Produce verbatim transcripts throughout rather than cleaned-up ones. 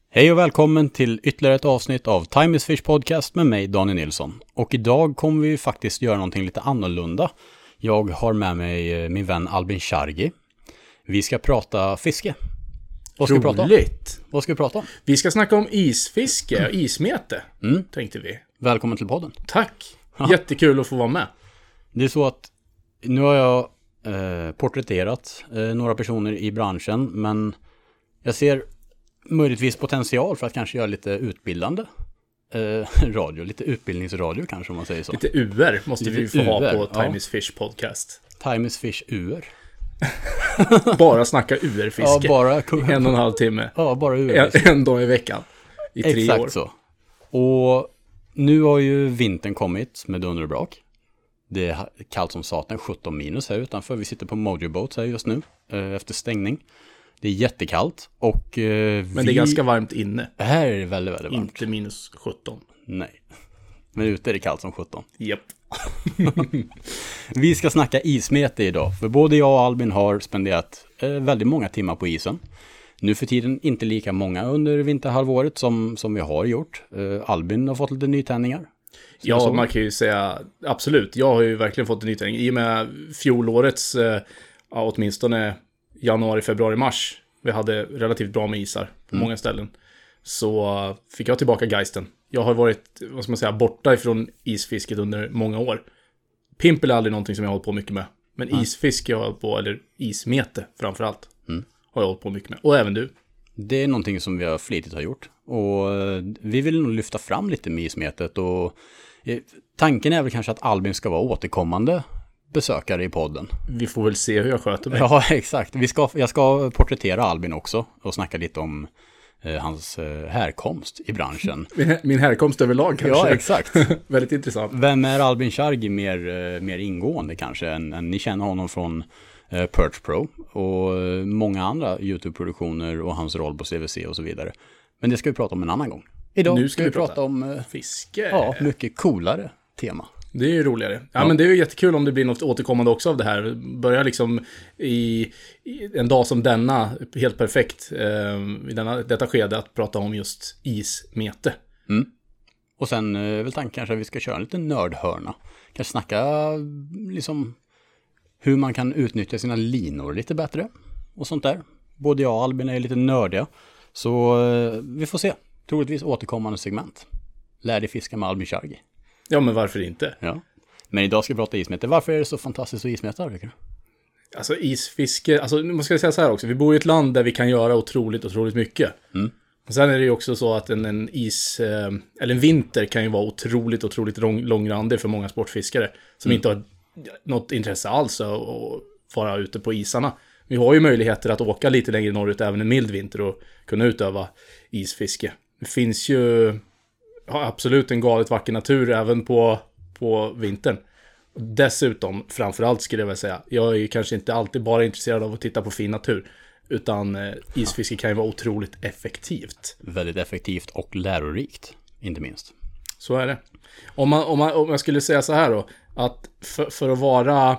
Hej och välkommen till ytterligare ett avsnitt av Time is Fish Podcast med mig, Daniel Nilsson. Och idag kommer vi faktiskt göra någonting lite annorlunda. Jag har med mig min vän Albin Shargi. Vi ska prata fiske. Vad ska vi prata om? Vad ska vi prata om? Vi ska snacka om isfiske och ismete, Mm. tänkte vi. Välkommen till podden. Tack, jättekul att få vara med. Det är så att nu har jag eh, porträtterat eh, några personer i branschen, men jag ser möjligtvis potential för att kanske göra lite utbildande eh, radio, lite utbildningsradio kanske om man säger så. Lite U R måste Lite vi få U R, ha på Time ja. is Fish podcast. Time is Fish U R. Bara snacka U R-fiske Ja, bara en och en halv timme. Ja, bara U R. En, en dag i veckan i tre Exakt år. så. Och nu har ju vintern kommit med dunder och brak. Det är kallt som satan, sjutton minus här utanför. Vi sitter på Mojo Boat här just nu eh, efter stängning. Det är jättekallt och eh, Men vi... det är ganska varmt inne. Här är det väldigt, väldigt varmt. Inte minus sjutton. Nej. Men ute är det kallt som sjutton. Japp. Vi ska snacka ismete idag. För både jag och Albin har spenderat eh, väldigt många timmar på isen. Nu för tiden inte lika många under vinterhalvåret som, som vi har gjort. Eh, Albin har fått lite nytändningar. Ja, man kan ju säga absolut. Jag har ju verkligen fått en nytändning. I och med fjolårets, eh, ja, åtminstone januari, februari, mars. Vi hade relativt bra med isar på mm. många ställen. Så fick jag tillbaka geisten. Jag har varit, vad ska man säga, borta ifrån isfisket under många år. Pimpel är aldrig någonting som jag har hållit på mycket med. Men mm. isfiske har jag hållit på, eller ismete framförallt, mm. har jag hållit på mycket med. Och även du. Det är någonting som vi har flitigt har gjort. Och vi vill nog lyfta fram lite med ismetet. Och tanken är väl kanske att Albin ska vara återkommande besökare i podden. Vi får väl se hur jag sköter mig. Ja, exakt. Vi ska, jag ska porträttera Albin också och snacka lite om eh, hans eh, härkomst i branschen. Min, min härkomst överlag kanske. Ja, exakt. Väldigt intressant. Vem är Albin Shargi mer, eh, mer ingående kanske än, än ni känner honom från eh, Perch Pro och eh, många andra YouTube-produktioner och hans roll på C V C och så vidare. Men det ska vi prata om en annan gång. Idag nu ska, ska vi prata, prata om eh, fiske. Ja, mycket coolare tema. Det är ju roligare. Ja, ja, men det är ju jättekul om det blir något återkommande också av det här. Börja liksom i, i en dag som denna, helt perfekt, eh, i denna, detta skede att prata om just ismete. Mm. Och sen är väl tanken kanske att vi ska köra en liten nördhörna. Kanske snacka liksom hur man kan utnyttja sina linor lite bättre och sånt där. Både jag och Albin är lite nördiga. Så eh, vi får se. Troligtvis återkommande segment. Lär dig fiska med Albin Shargi. Ja, men varför inte? Ja. Men idag ska vi prata ismete. Varför är det så fantastiskt att ismeta, tycker du? Alltså isfiske, alltså nu ska jag säga så här också. Vi bor i ett land där vi kan göra otroligt, otroligt mycket. Mm. Och sen är det ju också så att en, en is, eh, eller en vinter kan ju vara otroligt, otroligt lång, långrandig för många sportfiskare. Som mm. inte har något intresse alls att vara ute på isarna. Vi har ju möjligheter att åka lite längre norrut även en mild vinter och kunna utöva isfiske. Det finns ju... har absolut en galet vacker natur även på, på vintern. Dessutom, framförallt skulle jag väl säga, jag är ju kanske inte alltid bara intresserad av att titta på fin natur, utan eh, isfiske kan ju vara otroligt effektivt. Väldigt effektivt och lärorikt, inte minst. Så är det. Om, man, om, man, om jag skulle säga så här då, att för, för att vara...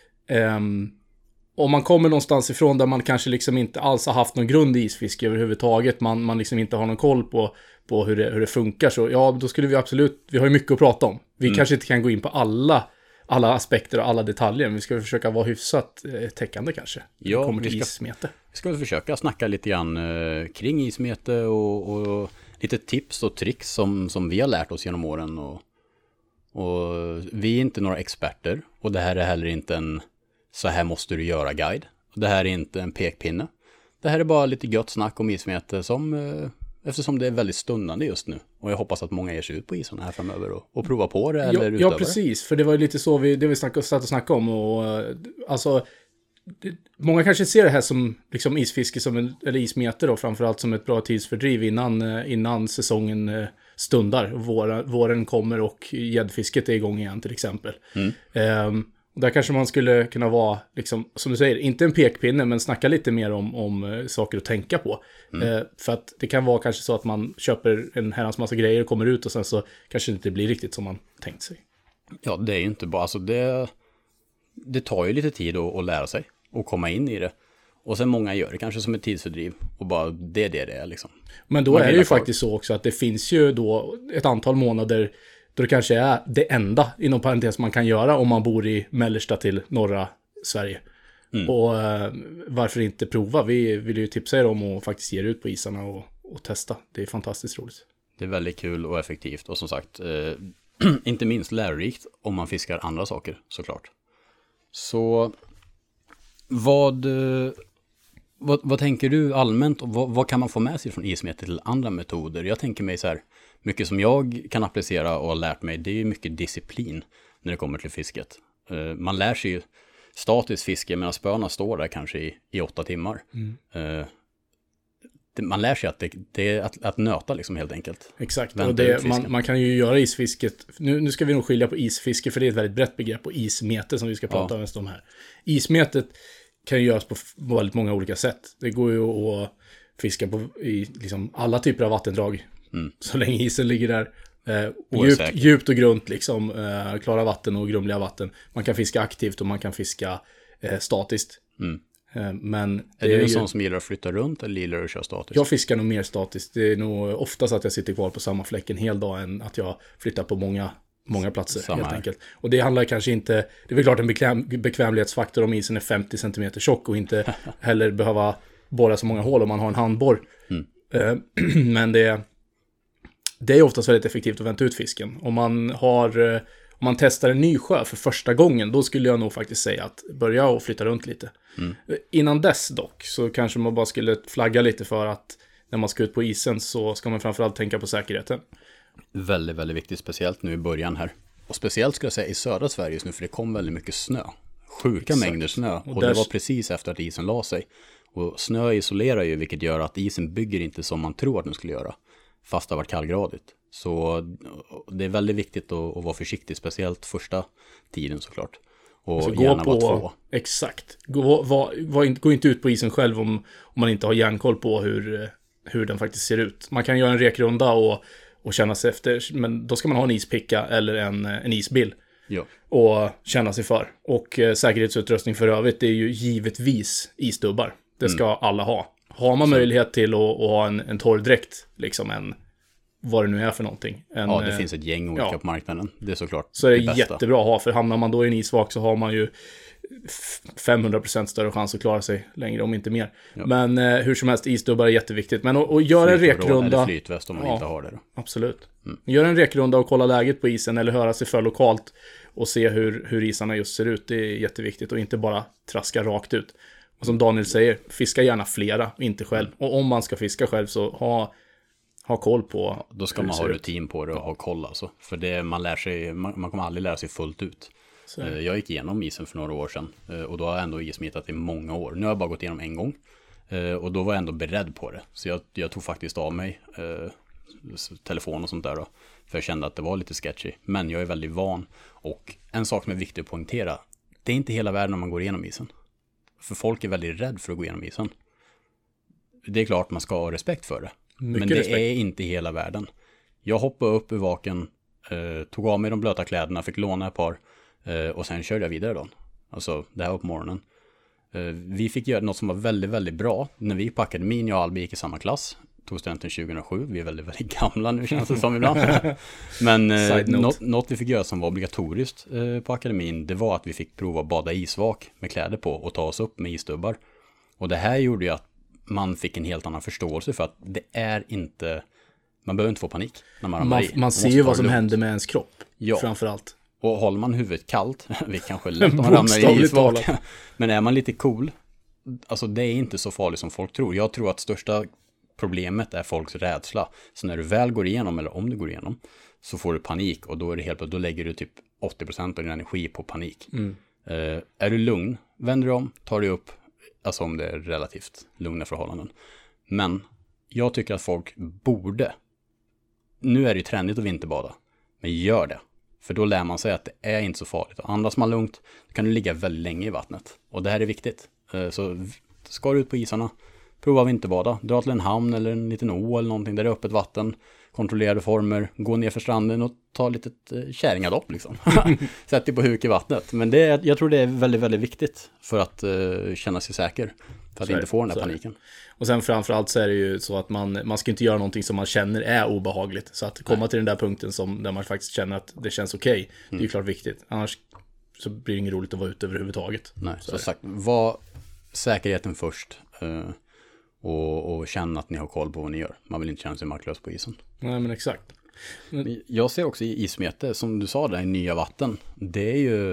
Ehm, om man kommer någonstans ifrån där man kanske liksom inte alls har haft någon grund i isfiske överhuvudtaget, man, man liksom inte har någon koll på, på hur, det, hur det funkar, så ja, då skulle vi absolut, vi har ju mycket att prata om. Vi mm. kanske inte kan gå in på alla, alla aspekter och alla detaljer, men vi ska försöka vara hyfsat eh, täckande kanske. Ja, kommer till vi ska, ismete. Vi ska försöka snacka lite grann eh, kring ismete och, och lite tips och tricks som, som vi har lärt oss genom åren. Och, och vi är inte några experter och det här är heller inte en så här måste du göra guide. Det här är inte en pekpinne. Det här är bara lite gött snack om ismete som, eh, eftersom det är väldigt stundande just nu. Och jag hoppas att många ger sig ut på isen här framöver och, och prova på det eller ja, ja, precis. För det var ju lite så vi, det vi snackade, satt och snackade om. Och, alltså, det, många kanske ser det här som liksom isfiske, som en, eller ismete då, framförallt som ett bra tidsfördriv innan, innan säsongen stundar. Våren, våren kommer och gäddfisket är igång igen till exempel. Mm. Um, Och där kanske man skulle kunna vara, liksom, som du säger, inte en pekpinne, men snacka lite mer om, om uh, saker att tänka på. Mm. Uh, för att det kan vara kanske så att man köper en herrans massa grejer och kommer ut och sen så kanske det inte blir riktigt som man tänkt sig. Ja, det är ju inte bara, alltså det, det tar ju lite tid att, att lära sig och komma in i det. Och sen många gör det kanske som ett tidsfördriv. Och bara det är det det är liksom. Men då Man är det ju gillar faktiskt så också att det finns ju då ett antal månader då det kanske är det enda inom parentes man kan göra om man bor i mellersta till norra Sverige. Mm. Och eh, varför inte prova? Vi vill ju tipsa er om att faktiskt ge er ut på isarna och, och testa. Det är fantastiskt roligt. Det är väldigt kul och effektivt och som sagt eh, inte minst lärorikt om man fiskar andra saker såklart. Så vad, vad, vad tänker du allmänt och vad, vad kan man få med sig från ismete till andra metoder? Jag tänker mig så här, mycket som jag kan applicera och har lärt mig, det är ju mycket disciplin när det kommer till fisket. Eh, man lär sig ju statiskt fiske medan spöna står där kanske i, i åtta timmar. Mm. Eh, det, man lär sig att det, det är att, att nöta liksom helt enkelt. Exakt, och det, man, man kan ju göra isfisket, nu, nu ska vi nog skilja på isfiske för det är ett väldigt brett begrepp, och ismete som vi ska prata ja. mest om här. Ismetet kan ju göras på väldigt många olika sätt. Det går ju att fiska på i liksom alla typer av vattendrag. Mm. Så länge isen ligger där. Eh, djupt, djupt och grunt liksom. Eh, klara vatten och grumliga vatten. Man kan fiska aktivt och man kan fiska eh, statiskt. Mm. Eh, men är det en ju... sån som gillar att flytta runt eller gillar att köra statiskt? Jag fiskar nog mer statiskt. Det är nog oftast att jag sitter kvar på samma fläck en hel dag än att jag flyttar på många, många platser samma helt här. enkelt. Och det handlar kanske inte, det är väl klart en bekväm, bekvämlighetsfaktor om isen är femtio centimeter tjock och inte heller behöva borra så många hål om man har en handborr. Mm. Eh, men det Det är oftast väldigt effektivt att vänta ut fisken. Om man, har, om man testar en ny sjö för första gången, då skulle jag nog faktiskt säga att börja och flytta runt lite. Mm. Innan dess dock, så kanske man bara skulle flagga lite för att när man ska ut på isen så ska man framförallt tänka på säkerheten. Väldigt, väldigt viktigt, speciellt nu i början här. Och speciellt skulle jag säga i södra Sverige just nu, för det kom väldigt mycket snö. Sjuka Exakt. mängder snö. Och, och där... det var precis efter att isen la sig. Och snö isolerar ju, vilket gör att isen bygger inte som man tror att den skulle göra. Fast det har varit kallgradigt. Så det är väldigt viktigt att, att vara försiktig, speciellt första tiden såklart. Och så gärna gå på, vara två. Exakt. Gå, var, var, gå inte ut på isen själv om, om man inte har järnkoll på hur, hur den faktiskt ser ut. Man kan göra en rekrunda och, och känna sig efter, men då ska man ha en ispicka eller en, en isbil. Ja. Och känna sig för. Och eh, säkerhetsutrustning för övrigt är ju givetvis isdubbar. Det ska mm. alla ha. Har man så. möjlighet till att, att ha en, en torrdräkt, liksom en, vad det nu är för någonting. En, ja, det finns ett gäng olika ja. på marknaden. Det är såklart Så är det, det bästa. Jättebra att ha, för hamnar man då i en isvak så har man ju femhundra procent större chans att klara sig längre, om inte mer. Ja. Men eh, hur som helst, isdubbar är jätteviktigt. Men att göra en rekrunda... Eller flytväst om man ja, inte har det då. Absolut. Mm. Gör en rekrunda och kolla läget på isen eller höra sig för lokalt och se hur, hur isarna just ser ut. Det är jätteviktigt, och inte bara traska rakt ut. Och som Daniel säger, fiska gärna flera, inte själv. Och om man ska fiska själv så ha, ha koll på... Ja, då ska man ha rutin på det och ha koll alltså. För det man lär sig, man, man kommer aldrig lära sig fullt ut. Så. Jag gick igenom isen för några år sedan och då har jag ändå ismittat i många år. Nu har jag bara gått igenom en gång och då var jag ändå beredd på det. Så jag, jag tog faktiskt av mig eh, telefon och sånt där då. För jag kände att det var lite sketchy. Men jag är väldigt van. Och en sak som är viktig att poängtera, det är inte hela världen när man går igenom isen. För folk är väldigt rädd för att gå igenom isen. Det är klart man ska ha respekt för det. Mycket men det respekt. Är inte hela världen. Jag hoppade upp ur vaken, eh, tog av mig de blöta kläderna, fick låna ett par eh, och sen körde jag vidare då. Alltså det här var på morgonen. Eh, vi fick göra något som var väldigt, väldigt bra. När vi på akademin, jag och Albi gick i samma klass. Tog studenten tjugohundrasju. Vi är väldigt, väldigt gamla nu känns det som ibland. Men eh, något, något vi fick göra som var obligatoriskt eh, på akademin, det var att vi fick prova att bada isvak med kläder på och ta oss upp med isdubbar. Och det här gjorde ju att man fick en helt annan förståelse för att det är inte, man behöver inte få panik när man ramlar man, i. Man, man ser ju vad som lugnt. händer med ens kropp, ja. framförallt. Och håller man huvudet kallt, vi kanske lätt om man ramlar i isvak. Men är man lite cool, alltså det är inte så farligt som folk tror. Jag tror att största problemet är folks rädsla. Så när du väl går igenom, eller om du går igenom, så får du panik och då är det helt då lägger du typ åttio procent av din energi på panik. Mm. Uh, är du lugn, vänder du om, tar dig upp, alltså om det är relativt lugna förhållanden. Men jag tycker att folk borde, nu är det ju trendigt att vinterbada, men gör det. För då lär man sig att det är inte så farligt. Och andas man lugnt, då kan du ligga väldigt länge i vattnet. Och det här är viktigt. Uh, så ska du ut på isarna, prova att vinterbada. Dra till en hamn eller en liten å eller någonting där det är öppet vatten. Kontrollerade former. Gå ner för stranden och ta lite eh, kärringadopp liksom. Sätt dig på huk i vattnet. Men det är, jag tror det är väldigt, väldigt viktigt för att eh, känna sig säker. För att inte få den där paniken. Och sen framförallt så är det ju så att man, man ska inte göra någonting som man känner är obehagligt. Så att komma Nej. till den där punkten som, där man faktiskt känner att det känns okej, okay, mm. det är ju klart viktigt. Annars så blir det inget roligt att vara ute överhuvudtaget. Nej, så, så sagt, var säkerheten först. Uh, och, och känna att ni har koll på vad ni gör. Man vill inte känna sig maktlös på isen. Nej, men exakt. Men jag ser också i ismete, som du sa där, i nya vatten. Det är ju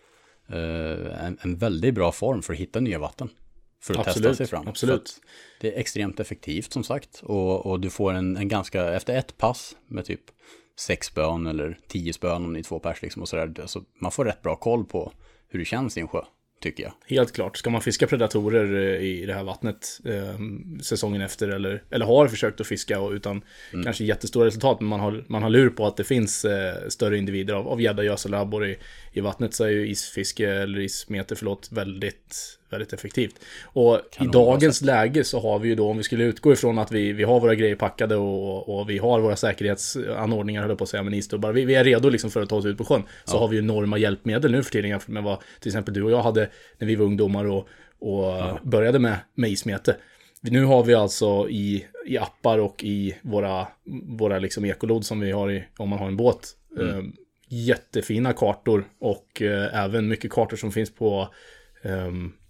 uh, en, en väldigt bra form för att hitta nya vatten. För att absolut, testa sig fram. Absolut. Det är extremt effektivt som sagt. Och, och du får en, en ganska, efter ett pass med typ sex spön eller tio spön om ni är två pers liksom och sådär. Så man får rätt bra koll på hur det känns i en sjö, tycker jag. Helt klart. Ska man fiska predatorer i det här vattnet eh, säsongen efter eller, eller har försökt att fiska och utan mm. kanske jättestora resultat, men man har, man har lur på att det finns eh, större individer av, av gädda, gös eller abborre i, i vattnet, så är ju isfiske eller ismete, förlåt, väldigt väldigt effektivt. Och i dagens läge så har vi ju då, om vi skulle utgå ifrån att vi, vi har våra grejer packade och, och vi har våra säkerhetsanordningar, höll på att säga, men istubbar, vi, vi är redo liksom för att ta oss ut på sjön, så ja. har vi ju enorma hjälpmedel nu för tiden jämfört med vad till exempel du och jag hade när vi var ungdomar och, och ja. började med, med ismete. Nu har vi alltså i, i appar och i våra, våra liksom ekolod som vi har i, om man har en båt, mm. eh, jättefina kartor och eh, även mycket kartor som finns på eh,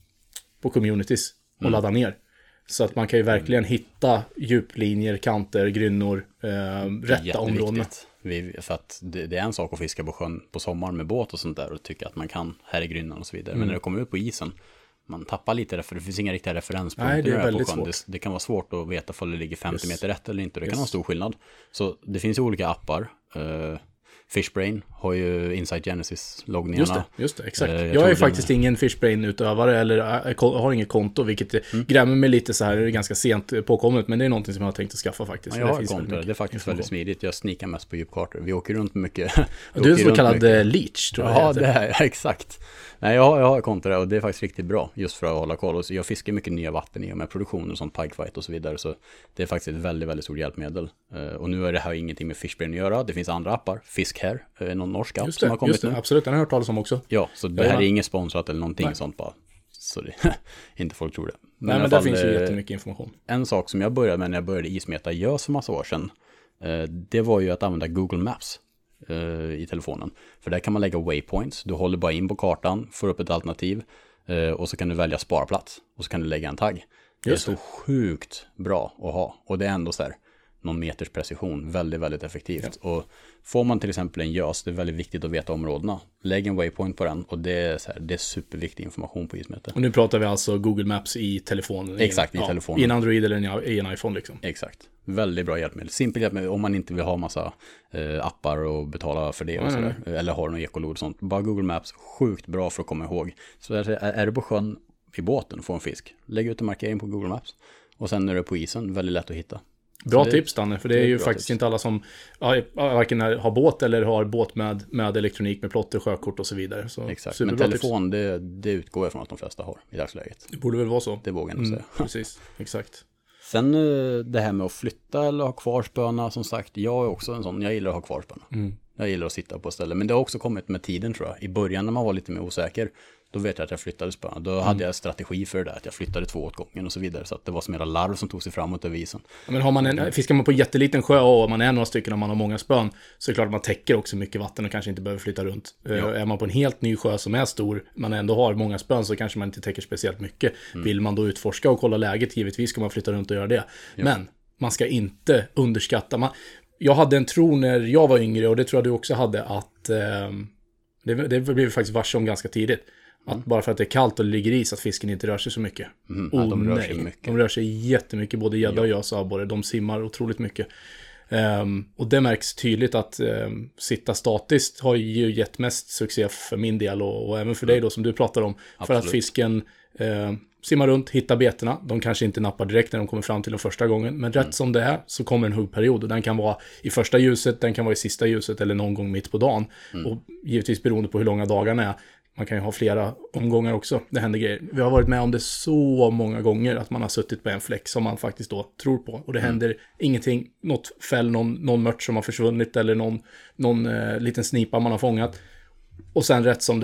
på communities och mm. ladda ner. Så att man kan ju verkligen mm. hitta djuplinjer, kanter, grynnor, eh, rätta områden. Vi, för att det, det är en sak att fiska på sjön på sommaren med båt och sånt där och tycka att man kan här i grynnan och så vidare. Mm. Men när det kommer ut på isen, man tappar lite, för det finns inga riktiga referenspunkter. Nej, det är väldigt svårt. Det, det kan vara svårt att veta om det ligger femtio yes. meter rätt eller inte. Det yes. kan ha stor skillnad. Så det finns ju olika appar. Uh, Fishbrain har ju Insight Genesis-loggningarna. Just det, just det, exakt. Uh, jag, jag är faktiskt med... ingen Fishbrain-utövare eller uh, har inget konto, vilket mm. grämer mig lite så här, det är ganska sent påkommet, men det är någonting som jag har tänkt att skaffa faktiskt. Ja, jag har ett konto, det är faktiskt väldigt smidigt. Jag snikar mest på djupkartor. Vi åker runt mycket. Du är så kallad mycket. leech, tror jag. Ja, det är exakt. Nej, jag har, jag har konto där och det är faktiskt riktigt bra just för att hålla koll. Och jag fiskar mycket nya vatten i och med produktion och sånt, pikefight och så vidare. Så det är faktiskt ett väldigt, väldigt stort hjälpmedel. Uh, och nu är det här ingenting med Fishbrain att göra. Det finns andra appar. Fiskhair, uh, någon norsk app just det, som har kommit just det, nu. Absolut, den har jag hört talas om också. Ja, så det här är inget sponsrat eller någonting Nej. sånt bara. Så det, inte folk tror det. Men Nej, men där finns ju jättemycket information. En sak som jag började med när jag började ismeta gös för massa år sedan, uh, det var ju att använda Google Maps i telefonen. För där kan man lägga waypoints. Du håller bara in på kartan, får upp ett alternativ och så kan du välja sparplats och så kan du lägga en tagg. Det är så sjukt bra att ha. Och det är ändå så här någon meters precision. Väldigt, väldigt effektivt. Ja. Och får man till exempel en gös, det är väldigt viktigt att veta områdena. Lägg en waypoint på den och det är, så här, det är superviktig information på ismete. Och nu pratar vi alltså Google Maps i telefonen. Exakt, i ja, telefonen. I en Android eller i en iPhone liksom. Exakt. Väldigt bra hjälpmedel. Simpelt hjälpmedel om man inte vill ha massa eh, appar och betala för det och mm. sådär. Eller har någon ekolod och sånt. Bara Google Maps, sjukt bra för att komma ihåg. Så är, är du på sjön i båten och får en fisk, lägg ut en markering på Google Maps. Och sen när du är på isen, väldigt lätt att hitta. Bra det, tips, Danne, för det, det är ju faktiskt tips. Inte alla som ja, varken har båt eller har båt med, med elektronik, med plotter, sjökort och så vidare. Så exakt, men telefon, det, det utgår jag från att de flesta har i dagsläget. Det borde väl vara så. Det vågar jag nog säga. Mm, precis, exakt. Sen det här med att flytta eller ha kvar spöna, som sagt, jag är också en sån, jag gillar att ha kvar spöna. Mm. Jag gillar att sitta på ställen, men det har också kommit med tiden tror jag. I början när man var lite mer osäker, då vet jag att jag flyttade spöna. Då mm. hade jag strategi för det där, att jag flyttade två åt gången och så vidare. Så att det var som era larv som tog sig framåt över isen. Ja, men har man en, fiskar man på jätteliten sjö och man är några stycken och man har många spön, så är det klart att man täcker också mycket vatten och kanske inte behöver flytta runt. Ja. Är man på en helt ny sjö som är stor, man ändå har många spön, så kanske man inte täcker speciellt mycket. Mm. Vill man då utforska och kolla läget, givetvis ska man flytta runt och göra det. Ja. Men man ska inte underskatta. Man, jag hade en tro när jag var yngre, och det tror jag du också hade, att eh, det, det blev faktiskt varse om ganska tidigt. Att mm. bara för att det är kallt och det ligger is, att fisken inte rör sig så mycket. Mm, oh, de rör nej. sig mycket. De rör sig jättemycket, både gädda och gös och abborre. De simmar otroligt mycket. Um, och det märks tydligt att um, sitta statiskt har ju gett mest succé för min del, och, och även för mm. dig då, som du pratar om. Absolut. För att fisken uh, simmar runt, hittar betena. De kanske inte nappar direkt när de kommer fram till den första gången, men rätt mm. som det är så kommer en huggperiod, och den kan vara i första ljuset, den kan vara i sista ljuset eller någon gång mitt på dagen. Mm. Och givetvis beroende på hur långa dagarna är. Man kan ju ha flera omgångar också. Det händer grejer. Vi har varit med om det så många gånger, att man har suttit på en fläck som man faktiskt då tror på. Och det mm. händer ingenting. Något fäll, någon, någon mört som har försvunnit, eller någon, någon eh, liten snipa man har fångat. Och sen rätt som det är,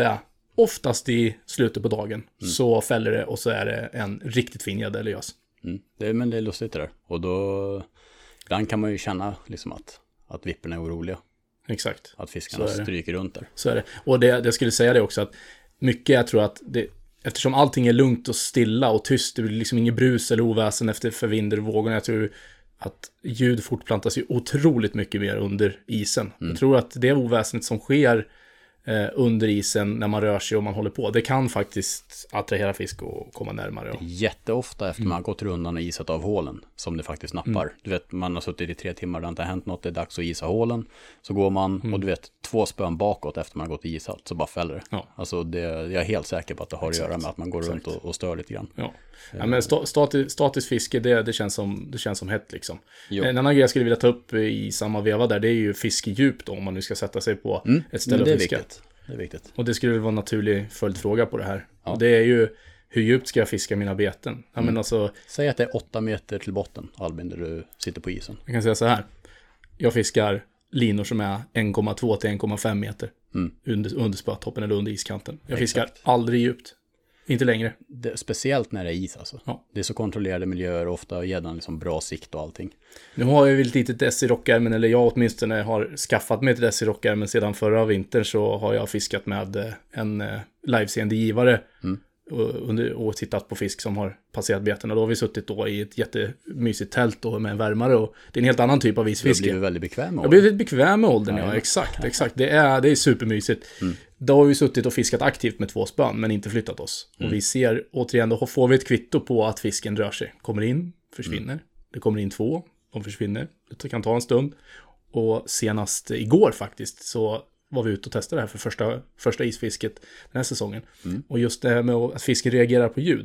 oftast i slutet på dagen, mm. så fäller det och så är det en riktigt fin gädda eller gös. Mm. Det, men det är lustigt det där. Och då, ibland kan man ju känna liksom att, att vipporna är oroliga. Exakt. Att fiskarna stryker runt där. Så är det. Och det, det skulle säga det också att mycket, jag tror att det, eftersom allting är lugnt och stilla och tyst, det blir liksom inget brus eller oväsen efter för vind eller vågorna, jag tror att ljud fortplantas ju otroligt mycket mer under isen. Mm. Jag tror att det oväsendet som sker eh, under isen när man rör sig och man håller på, det kan faktiskt attrahera fisk och komma närmare. Och... Jätteofta efter mm. man har gått rundan och isat av hålen som det faktiskt nappar. Mm. Du vet, man har suttit i tre timmar, det har inte hänt något, det är dags att isa hålen. Så går man mm. och du vet, två spön bakåt efter man har gått isat, så bara fäller det. Ja. Alltså det, jag är helt säker på att det har Exakt. Att göra med att man går Exakt. Runt och, och stör lite grann. Ja. Ja, men stati, statisk fiske, det, det, känns som, det känns som hett liksom. Jo. En annan grej jag skulle vilja ta upp i samma veva där, det är ju fiskedjup då, om man nu ska sätta sig på mm. ett ställe och fiska. Viktigt. Det är viktigt. Och det skulle vara en naturlig följdfråga på det här. Ja. Och det är ju, hur djupt ska jag fiska mina beten? Mm. Ja, men alltså, säg att det är åtta meter till botten, Albin, där du sitter på isen. Jag kan säga så här. Jag fiskar linor som är en komma två till en komma fem meter mm. under, under spöttoppen eller under iskanten. Jag fiskar Exakt. Aldrig djupt. Inte längre. Det, speciellt när det är is alltså. Ja. Det är så kontrollerade miljöer och ofta gäddan liksom bra sikt och allting. Nu har jag ju ett litet S i rockärmen, eller jag åtminstone har skaffat mig ett S i rockärmen sedan förra vintern, så har jag fiskat med en liveseende givare mm. och, under, och tittat på fisk som har passerat beten. Och då har vi suttit då i ett jättemysigt tält då med en värmare, och det är en helt annan typ av isfiske. Du har blivit väldigt bekväm med åldern. Jag har blivit bekväm med åldern, ja, ja exakt, exakt. Det är, det är supermysigt. Mm. Då har vi suttit och fiskat aktivt med två spön, men inte flyttat oss. Mm. Och vi ser, återigen, då får vi ett kvitto på att fisken rör sig. Kommer in, försvinner. Mm. Det kommer in två, de försvinner. Det kan ta en stund. Och senast igår faktiskt så var vi ute och testade det här för första, första isfisket den här säsongen. Mm. Och just det här med att fisken reagerar på ljud.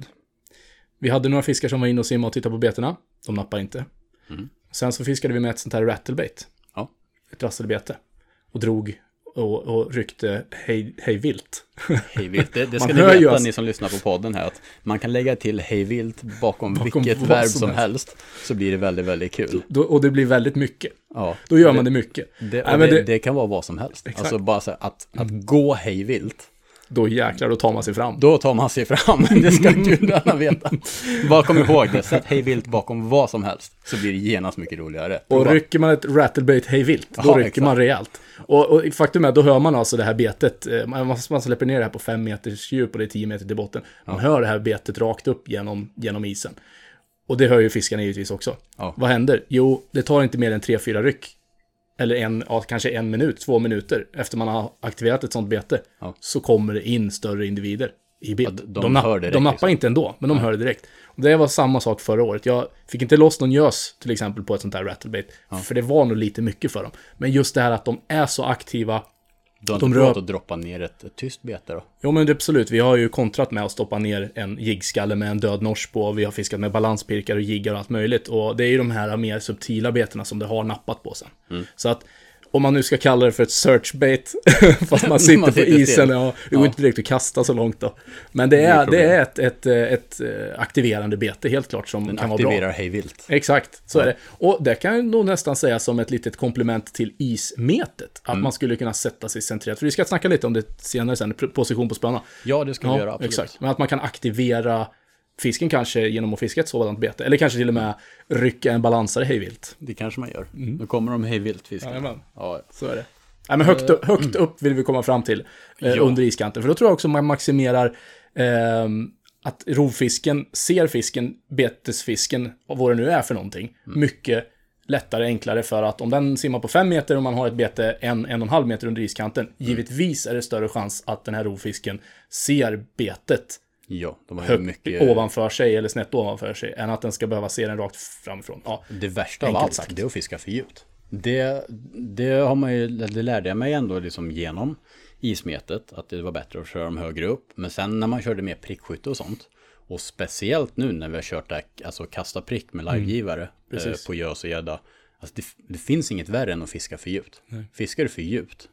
Vi hade några fiskar som var inne och simmade och tittade på betena. De nappade inte. Mm. Sen så fiskade vi med ett sånt här rattlebait. Ja. Ett rasselbete. Och drog... Och, och ryckte hej, hej vilt. Hej vilt. Det, det ska ni veta, oss... ni som lyssnar på podden här, att man kan lägga till hej vilt bakom, bakom vilket verb som helst. helst, så blir det väldigt, väldigt kul. Då, och det blir väldigt mycket. Ja, då gör det, man det mycket. Det, Nej, det, det, det kan vara vad som helst. Exakt. Alltså bara så här, att, att gå hej vilt. Då jäklar, då tar man sig fram. Då tar man sig fram, det ska gudarna veta. Bara kom ihåg det, sätt hej vilt bakom vad som helst, så blir det genast mycket roligare. Och bara... rycker man ett rattlebait hej vilt, då ja, rycker exakt. Man rejält. Och, och faktum är, då hör man alltså det här betet, man, man släpper ner det här på fem meters djup och det är tio meter till botten. Man ja. Hör det här betet rakt upp genom, genom isen. Och det hör ju fiskarna givetvis också. Ja. Vad händer? Jo, det tar inte mer än tre, fyra ryck. Eller en, ja, kanske en minut, två minuter efter man har aktiverat ett sånt bete, ja. Så kommer det in större individer i bild. Ja, de, de, napp, direkt, de nappar liksom. Inte ändå, men de ja. Hör det direkt. Och det var samma sak förra året. Jag fick inte loss någon gös till exempel på ett sånt här rattlebait, ja. För det var nog lite mycket för dem. Men just det här att de är så aktiva. Du har inte provat att droppa ner ett, ett tyst bete då? Jo, men det, absolut. Vi har ju kontrat med att stoppa ner en jiggskalle med en död norsk på. Vi har fiskat med balanspirkar och jiggar och allt möjligt. Och det är ju de här mer subtila betena som det har nappat på sen. Mm. Så att om man nu ska kalla det för ett searchbait, fast man sitter man på isen, och det går ja. Inte direkt att kasta så långt då. Men det är, det är ett, ett, ett, ett aktiverande bete, helt klart, som den kan vara bra. Den aktiverar hejvilt. Exakt, så ja. Är det. Och det kan nog nästan sägas som ett litet komplement till ismetet. Att mm. man skulle kunna sätta sig centrerat. För vi ska snacka lite om det senare sen, position på spöna. Ja, det ska vi ja, göra, absolut. Exakt, men att man kan aktivera fisken kanske genom att fiska ett sådant bete. Eller kanske till och med rycka en balansare hejvilt. Det kanske man gör. Mm. Då kommer de hejvilt fisken. Ja, ja, så är det. Nej, men högt, högt upp vill vi komma fram till eh, ja. Under iskanten. För då tror jag också man maximerar eh, att rovfisken ser fisken, betesfisken, och vad det nu är för någonting, mm. mycket lättare, enklare, för att om den simmar på fem meter och man har ett bete en, en och en halv meter under iskanten, mm. givetvis är det större chans att den här rovfisken ser betet ja, de har högt mycket ovanför sig eller snett ovanför sig, än att den ska behöva se den rakt framifrån. Ja, det värsta av allt sagt. Det är att fiska för djupt. Det, det har man ju, det lärde jag mig ändå liksom genom ismetet, att det var bättre att köra dem högre upp. Men sen när man körde mer prickskytte och sånt, och speciellt nu när vi har kört där, alltså kasta prick med livegivare mm, eh, på gös och gädda, alltså det, det finns inget värre än att fiska för djupt. Nej. Fiskar du för djupt,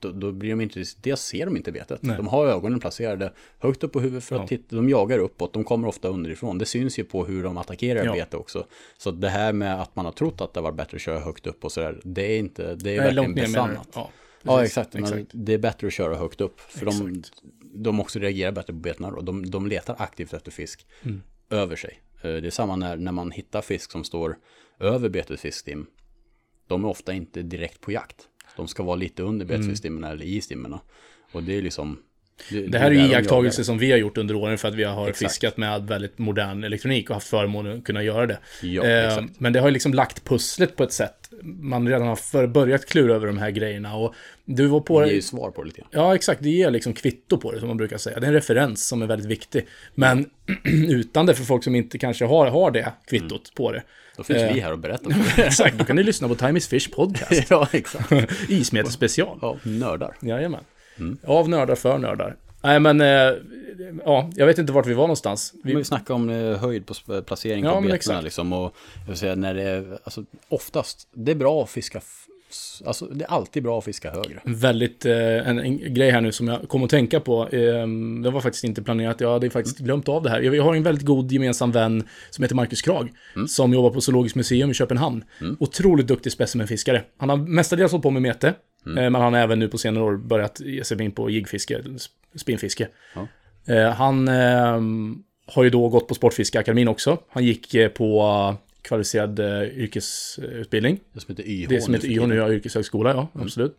då, då blir de inte, det ser de inte betet. Nej. De har ögonen placerade högt upp på huvudet för att Ja. titta, de jagar uppåt, de kommer ofta underifrån. Det syns ju på hur de attackerar Ja. betet också. Så det här med att man har trott att det var bättre att köra högt upp och sådär, det är inte, det är Nej, verkligen långt ner menar du? besannat. Ja, Ja, precis. exakt. Men exakt. det är bättre att köra högt upp. För de, Exakt. de också reagerar bättre på betena och de, de letar aktivt efter fisk Mm. över sig. Eh, Det är samma när, när man hittar fisk som står över betesfiskstim. De är ofta inte direkt på jakt. De ska vara lite under betesfiskstimmen eller i stimmerna. Och det är liksom... Det, Det här är där ju de iakttagelser jagar. som vi har gjort under åren för att vi har Exakt. fiskat med väldigt modern elektronik och haft förmånen att kunna göra det. Ja, Eh, exakt. men det har ju liksom lagt pusslet på ett sätt. Man redan har för, börjat klura över de här grejerna och du var på Det ger det. ju svar på det lite grann. Ja, exakt. Det ger liksom kvitto på det som man brukar säga. Det är en referens som är väldigt viktig. Men utan det för folk som inte kanske har, har det kvittot Mm. på det. Då finns Eh. vi här och berättar för det. Exakt, då kan ni lyssna på Time is Fish podcast. Ja, exakt. Ismete special. Ja, nördar. Jajamän. Mm. Av nördar för nördar. Nej, men eh, ja, jag vet inte vart vi var någonstans. Vi, Vi, vi snackar om eh, höjd på sp- placering Ja, på men betena exakt. liksom, och jag vill säga när det är, alltså oftast, det är bra att fiska, f- s- alltså det är alltid bra att fiska högre. väldigt, eh, en, en grej här nu som jag kom att tänka på. Eh, det var faktiskt inte planerat, jag hade faktiskt glömt av det här. Jag, jag har en väldigt god gemensam vän som heter Marcus Krag. Som jobbar på Zoologiskt museum i Köpenhamn. Otroligt duktig specimenfiskare. Han har mestadels hållit på med mete. Eh, men han har även nu på senare år börjat ge sig in på jiggfiske, sp- spinnfiske. Ja. Eh, han eh, har ju då gått på Sportfiskeakademin också. Han gick eh, på uh, kvalificerad uh, yrkesutbildning. Det som heter Y H. Det som nu heter för Y H nu, tiden. ja, yrkeshögskola, ja, absolut.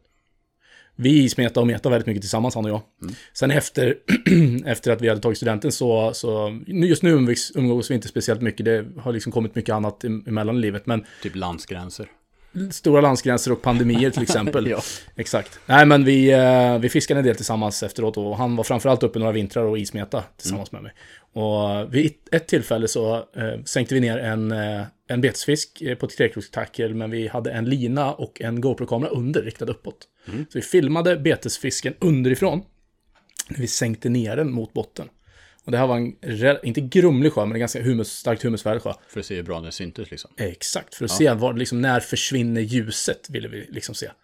Vi ismetade och metade väldigt mycket tillsammans, han och jag. Sen efter, efter att vi hade tagit studenten så, så just nu umgås, umgås vi inte speciellt mycket. Det har liksom kommit mycket annat emellan i livet, men Typ landsgränser. stora landsgränser och pandemier till exempel. Ja. Exakt. Nej, men vi, eh, vi fiskade en del tillsammans efteråt och han var framförallt uppe några vintrar och ismeta tillsammans med mig. Och vid ett tillfälle så eh, sänkte vi ner en, eh, en betesfisk eh, på ett trekroksstackel, men vi hade en lina och en GoPro-kamera under riktad uppåt. Så vi filmade betesfisken underifrån när vi sänkte ner den mot botten. Och det här var en, re- inte grumlig sjö, men en ganska humus, starkt humusvärd sjö. För att se hur bra det syntes liksom. Exakt, för att se var, liksom, när försvinner ljuset, ville vi liksom se.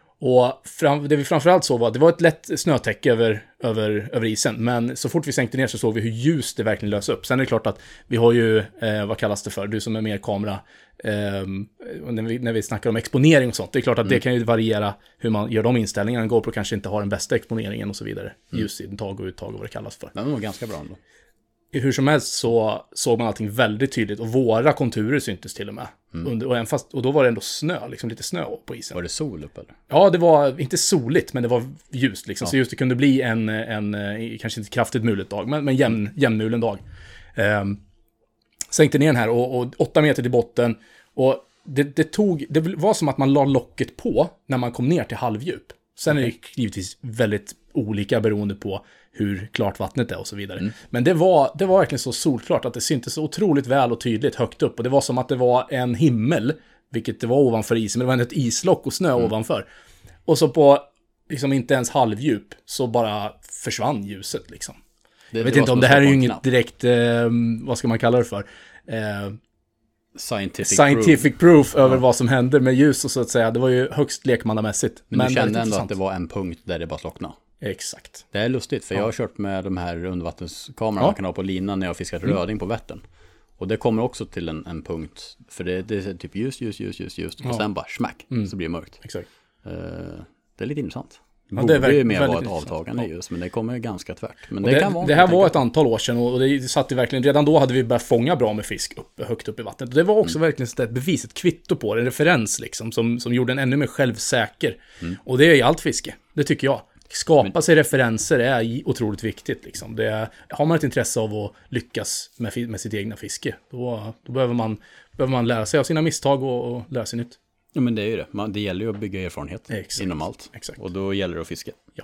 Och fram, det vi framförallt såg var, det var ett lätt snötäcke över, över, över isen, men så fort vi sänkte ner så såg vi hur ljus det verkligen lös upp. Sen är det klart att vi har ju, eh, vad kallas det för, du som är mer kamera, eh, och när, vi, när vi snackar om exponering och sånt, det är klart att det kan ju variera hur man gör de inställningarna. En GoPro kanske inte har den bästa exponeringen och så vidare. Ljusintag och uttag och vad det kallas för. Den var ganska bra ändå. Hur som helst så såg man allting väldigt tydligt och våra konturer syntes till och med. Under, och, även fast, och då var det ändå snö, liksom lite snö på isen. Var det sol upp eller? Ja, det var inte soligt, men det var ljust liksom. Så just det kunde bli en, en eh, kanske inte kraftigt mulet dag, men, men jämn, jämnmulen dag. Um, sänkte ner den här och, och åtta meter till botten. Och det, det tog, det var som att man la locket på när man kom ner till halvdjup. Sen är det givetvis väldigt olika beroende på hur klart vattnet är och så vidare. Mm. Men det var, det var verkligen så solklart att det syntes så otroligt väl och tydligt högt upp. Och det var som att det var en himmel, vilket det var ovanför isen, men det var ett islock och snö mm. ovanför. Och så på liksom inte ens halvdjup så bara försvann ljuset liksom. Det, jag vet inte om det här är ju inget direkt, eh, vad ska man kalla det för? Eh, Scientific, scientific proof, proof över ja. vad som händer med ljus och så att säga. Det var ju högst lekmannamässigt. Men, men du kände ändå att det var en punkt där det bara slocknade. Exakt. Det är lustigt, för ja. jag har kört med de här undervattenskamerorna ja. man kan ha på linan när jag har fiskat mm. röding på Vättern. Och det kommer också till en, en punkt, för det, det är typ ljus, ljus, ljus, ljus, ljus. Ja. Och sen bara smack, mm. så blir det mörkt. Exakt. Uh, det är lite intressant. Det ja, borde det är ju mer vara ett avtagande ja. ljus, men det kommer ganska tvärt. Men det, det, kan vara det här var ett antal år sedan och det satt ju verkligen, redan då hade vi börjat fånga bra med fisk upp, högt upp i vattnet. Och det var också mm. verkligen ett bevis, ett kvitto på det, en referens liksom, som, som gjorde en ännu mer självsäker. Mm. Och det är i allt fiske, det tycker jag. Skapa sig referenser är otroligt viktigt. Liksom. Det är, har man ett intresse av att lyckas med, med sitt egna fiske, då, då behöver, man, behöver man lära sig av sina misstag och, och lära sig nytt. Ja, men det är ju det. Man, det gäller ju att bygga erfarenhet Exakt. inom allt. Exakt. Och då gäller det att fiska. Japp.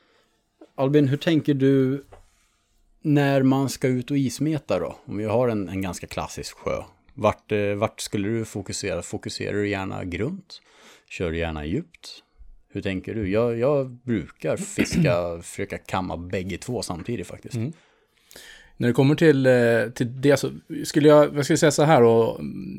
Albin, hur tänker du när man ska ut och ismeta då? Om vi har en, en ganska klassisk sjö. Vart, vart skulle du fokusera? Fokuserar du gärna grunt? Kör du gärna djupt? Hur tänker du? Jag, jag brukar fiska, försöka kamma bägge två samtidigt faktiskt. Mm. När det kommer till, till det så skulle jag, jag skulle säga så här och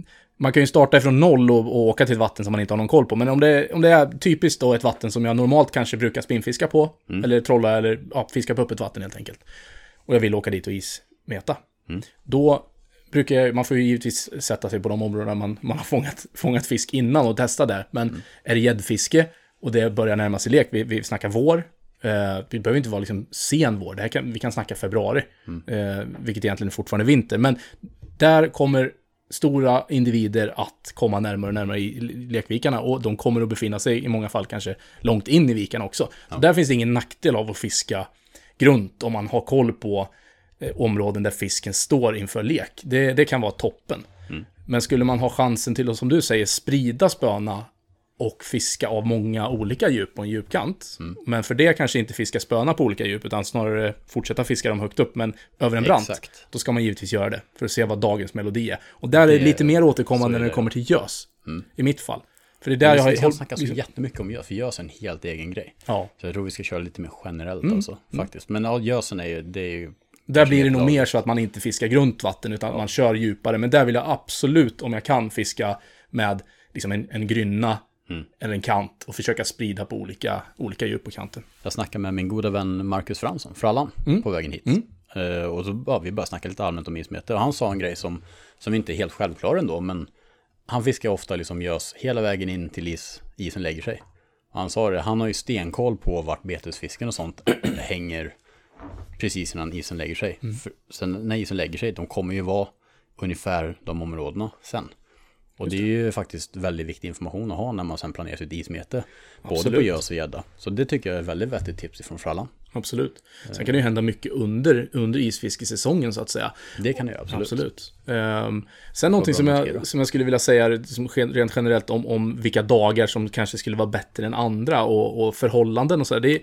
man kan ju starta ifrån noll och, och åka till ett vatten som man inte har någon koll på. Men om det, om det är typiskt då ett vatten som jag normalt kanske brukar spinnfiska på, mm. eller trolla eller ja, fiska på öppet vatten helt enkelt. Och jag vill åka dit och ismeta. Mm. Då brukar jag, man får ju givetvis sätta sig på de områden man, man har fångat, fångat fisk innan och testa där. Men mm. är det gäddfiske och det börjar närma sig lek, vi, vi snackar vår. Eh, vi behöver inte vara liksom sen vår, det här kan, vi kan snacka februari. Mm. Eh, vilket egentligen är fortfarande vinter. Men där kommer stora individer att komma närmare och närmare i lekvikarna och de kommer att befinna sig i många fall kanske långt in i vikarna också. Ja. Så där finns det ingen nackdel av att fiska grunt om man har koll på eh, områden där fisken står inför lek. Det, det kan vara toppen. Mm. Men skulle man ha chansen till att, som du säger, sprida spöna och fiska av många olika djup på en djupkant. Mm. Men för det kanske inte fiska spöna på olika djup utan snarare fortsätta fiska dem högt upp men över en brant. Exakt. Då ska man givetvis göra det för att se vad dagens melodi är. Och där det, är det lite mer återkommande när det kommer till gös. Mm. I mitt fall. För det är där men jag har... Jag har snackat så jättemycket om gös, för gös är en helt egen grej. Ja. Så jag tror vi ska köra lite mer generellt mm. alltså, faktiskt. Men ja, gösen är ju... Det är ju där blir det nog mer så att man inte fiskar grunt vatten utan ja. man kör djupare. Men där vill jag absolut, om jag kan, fiska med liksom en, en grynna mm. eller en kant och försöka sprida på olika, olika djup på kanten. Jag snackade med min goda vän Marcus Fransson, Frallan, mm. på vägen hit. Mm. Uh, och så ja, vi bara snackade lite allmänt om ismete. Och han sa en grej som, som inte är helt självklar ändå, men han fiskar ofta liksom görs hela vägen in till is, isen lägger sig. Och han sa det, han har ju stenkoll på vart betesfisken och sånt hänger precis innan isen lägger sig. Mm. För sen när isen lägger sig, de kommer ju vara ungefär de områdena sen. Och det är ju faktiskt väldigt viktig information att ha när man sen planerar sitt ismete. Absolut. Både på gös och gädda. Så det tycker jag är väldigt vettigt tips ifrån Frallan. Absolut. Sen kan det ju hända mycket under, under isfiskesäsongen så att säga. Det kan det ju, absolut. absolut. Um, sen någonting som jag, som jag skulle vilja säga som rent generellt om, om vilka dagar som kanske skulle vara bättre än andra och, och förhållanden och så där.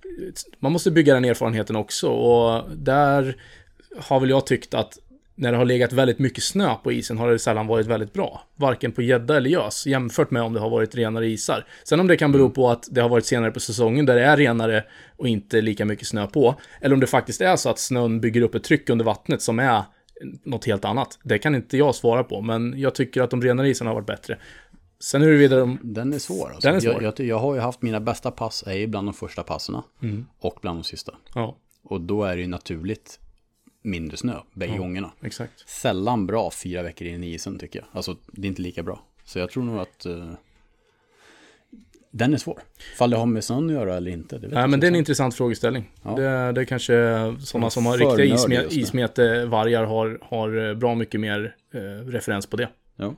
Man måste bygga den erfarenheten också och där har väl jag tyckt att när det har legat väldigt mycket snö på isen har det sällan varit väldigt bra. Varken på gädda eller gös jämfört med om det har varit renare isar. Sen om det kan bero på att det har varit senare på säsongen där det är renare och inte lika mycket snö på. Eller om det faktiskt är så att snön bygger upp ett tryck under vattnet som är något helt annat. Det kan inte jag svara på. Men jag tycker att de renare isarna har varit bättre. Sen är det vidare om... Den är svår. Alltså. Den är svår. Jag, jag, jag har ju haft mina bästa pass är bland de första passerna. Mm. Och bland de sista. Ja. Och då är det ju naturligt mindre snö bägge ja, gångerna. Exakt. Sällan bra fyra veckor in i isen tycker jag. Alltså det är inte lika bra. Så jag tror nog att uh, den är svår. Fall det har med snön att göra eller inte. Det vet Nej, men det är en intressant frågeställning. Ja. Det, det är kanske sådana som har riktiga isme, ismetevargar har, har bra mycket mer eh, referens på det. Ja.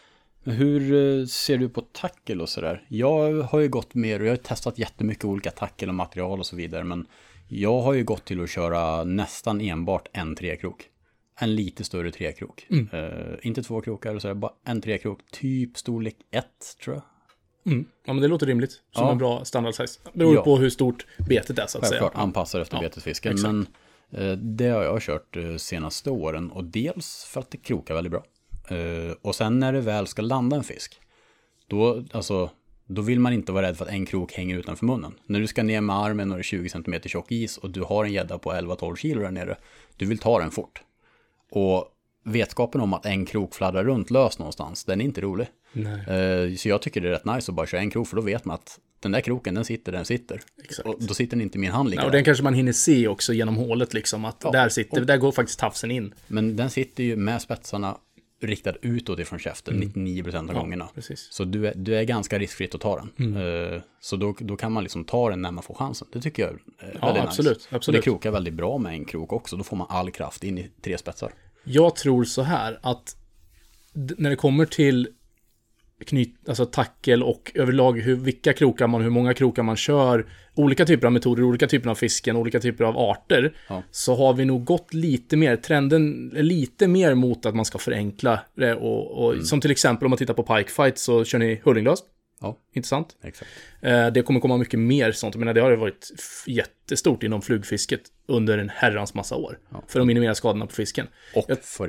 Hur ser du på tackel och sådär? Jag har ju gått mer och jag har testat jättemycket olika tackel och material och så vidare, men jag har ju gått till att köra nästan enbart en trekrok. En lite större trekrok. Mm. Uh, inte två krokar och så, bara en trekrok. Typ storlek ett, tror jag. Mm. Ja, men det låter rimligt. Som ja. en bra standard size. Beror ja. på hur stort betet är, så att Självklart, säga. Anpassar efter ja. betesfisken. Exakt. Men uh, det har jag kört uh, senaste åren. Och dels för att det krokar väldigt bra. Uh, och sen när det väl ska landa en fisk. Då, alltså... Då vill man inte vara rädd för att en krok hänger utanför munnen. När du ska ner med armen och det är tjugo centimeter tjock is och du har en gädda på elva tolv kilo där nere. Du vill ta den fort. Och vetskapen om att en krok fladdrar runt lös någonstans, den är inte rolig. Nej. Så jag tycker det är rätt nice att bara köra en krok, för då vet man att den där kroken, den sitter, den sitter. Exakt. Och då sitter den inte i min hand lika. Ja, och den kanske man hinner se också genom hålet liksom. Att ja, där sitter, och, där går faktiskt tafsen in. Men den sitter ju med spetsarna riktad utåt ifrån käften mm. nittionio procent av ja, gångerna. Precis. Så du är, du är ganska riskfritt att ta den. Mm. Uh, så då, då kan man liksom ta den när man får chansen. Det tycker jag är ja, väldigt absolut, nice. Absolut. Och det krokar väldigt bra med en krok också. Då får man all kraft in i tre spetsar. Jag tror så här att d- när det kommer till knyt, alltså tackel och överlag hur, vilka krokar man, hur många krokar man kör, olika typer av metoder, olika typer av fisken, olika typer av arter, ja. så har vi nog gått lite mer, trenden är lite mer mot att man ska förenkla det och, och mm. som till exempel om man tittar på pike fight så kör ni hurlinglös. Ja. Intressant. Exakt. Eh, det kommer komma mycket mer sånt. Jag menar, det har ju varit f- jättestort inom flugfisket under en herrans massa år. Ja. För att minimera skadorna på fisken. Och Jag, för dig själv.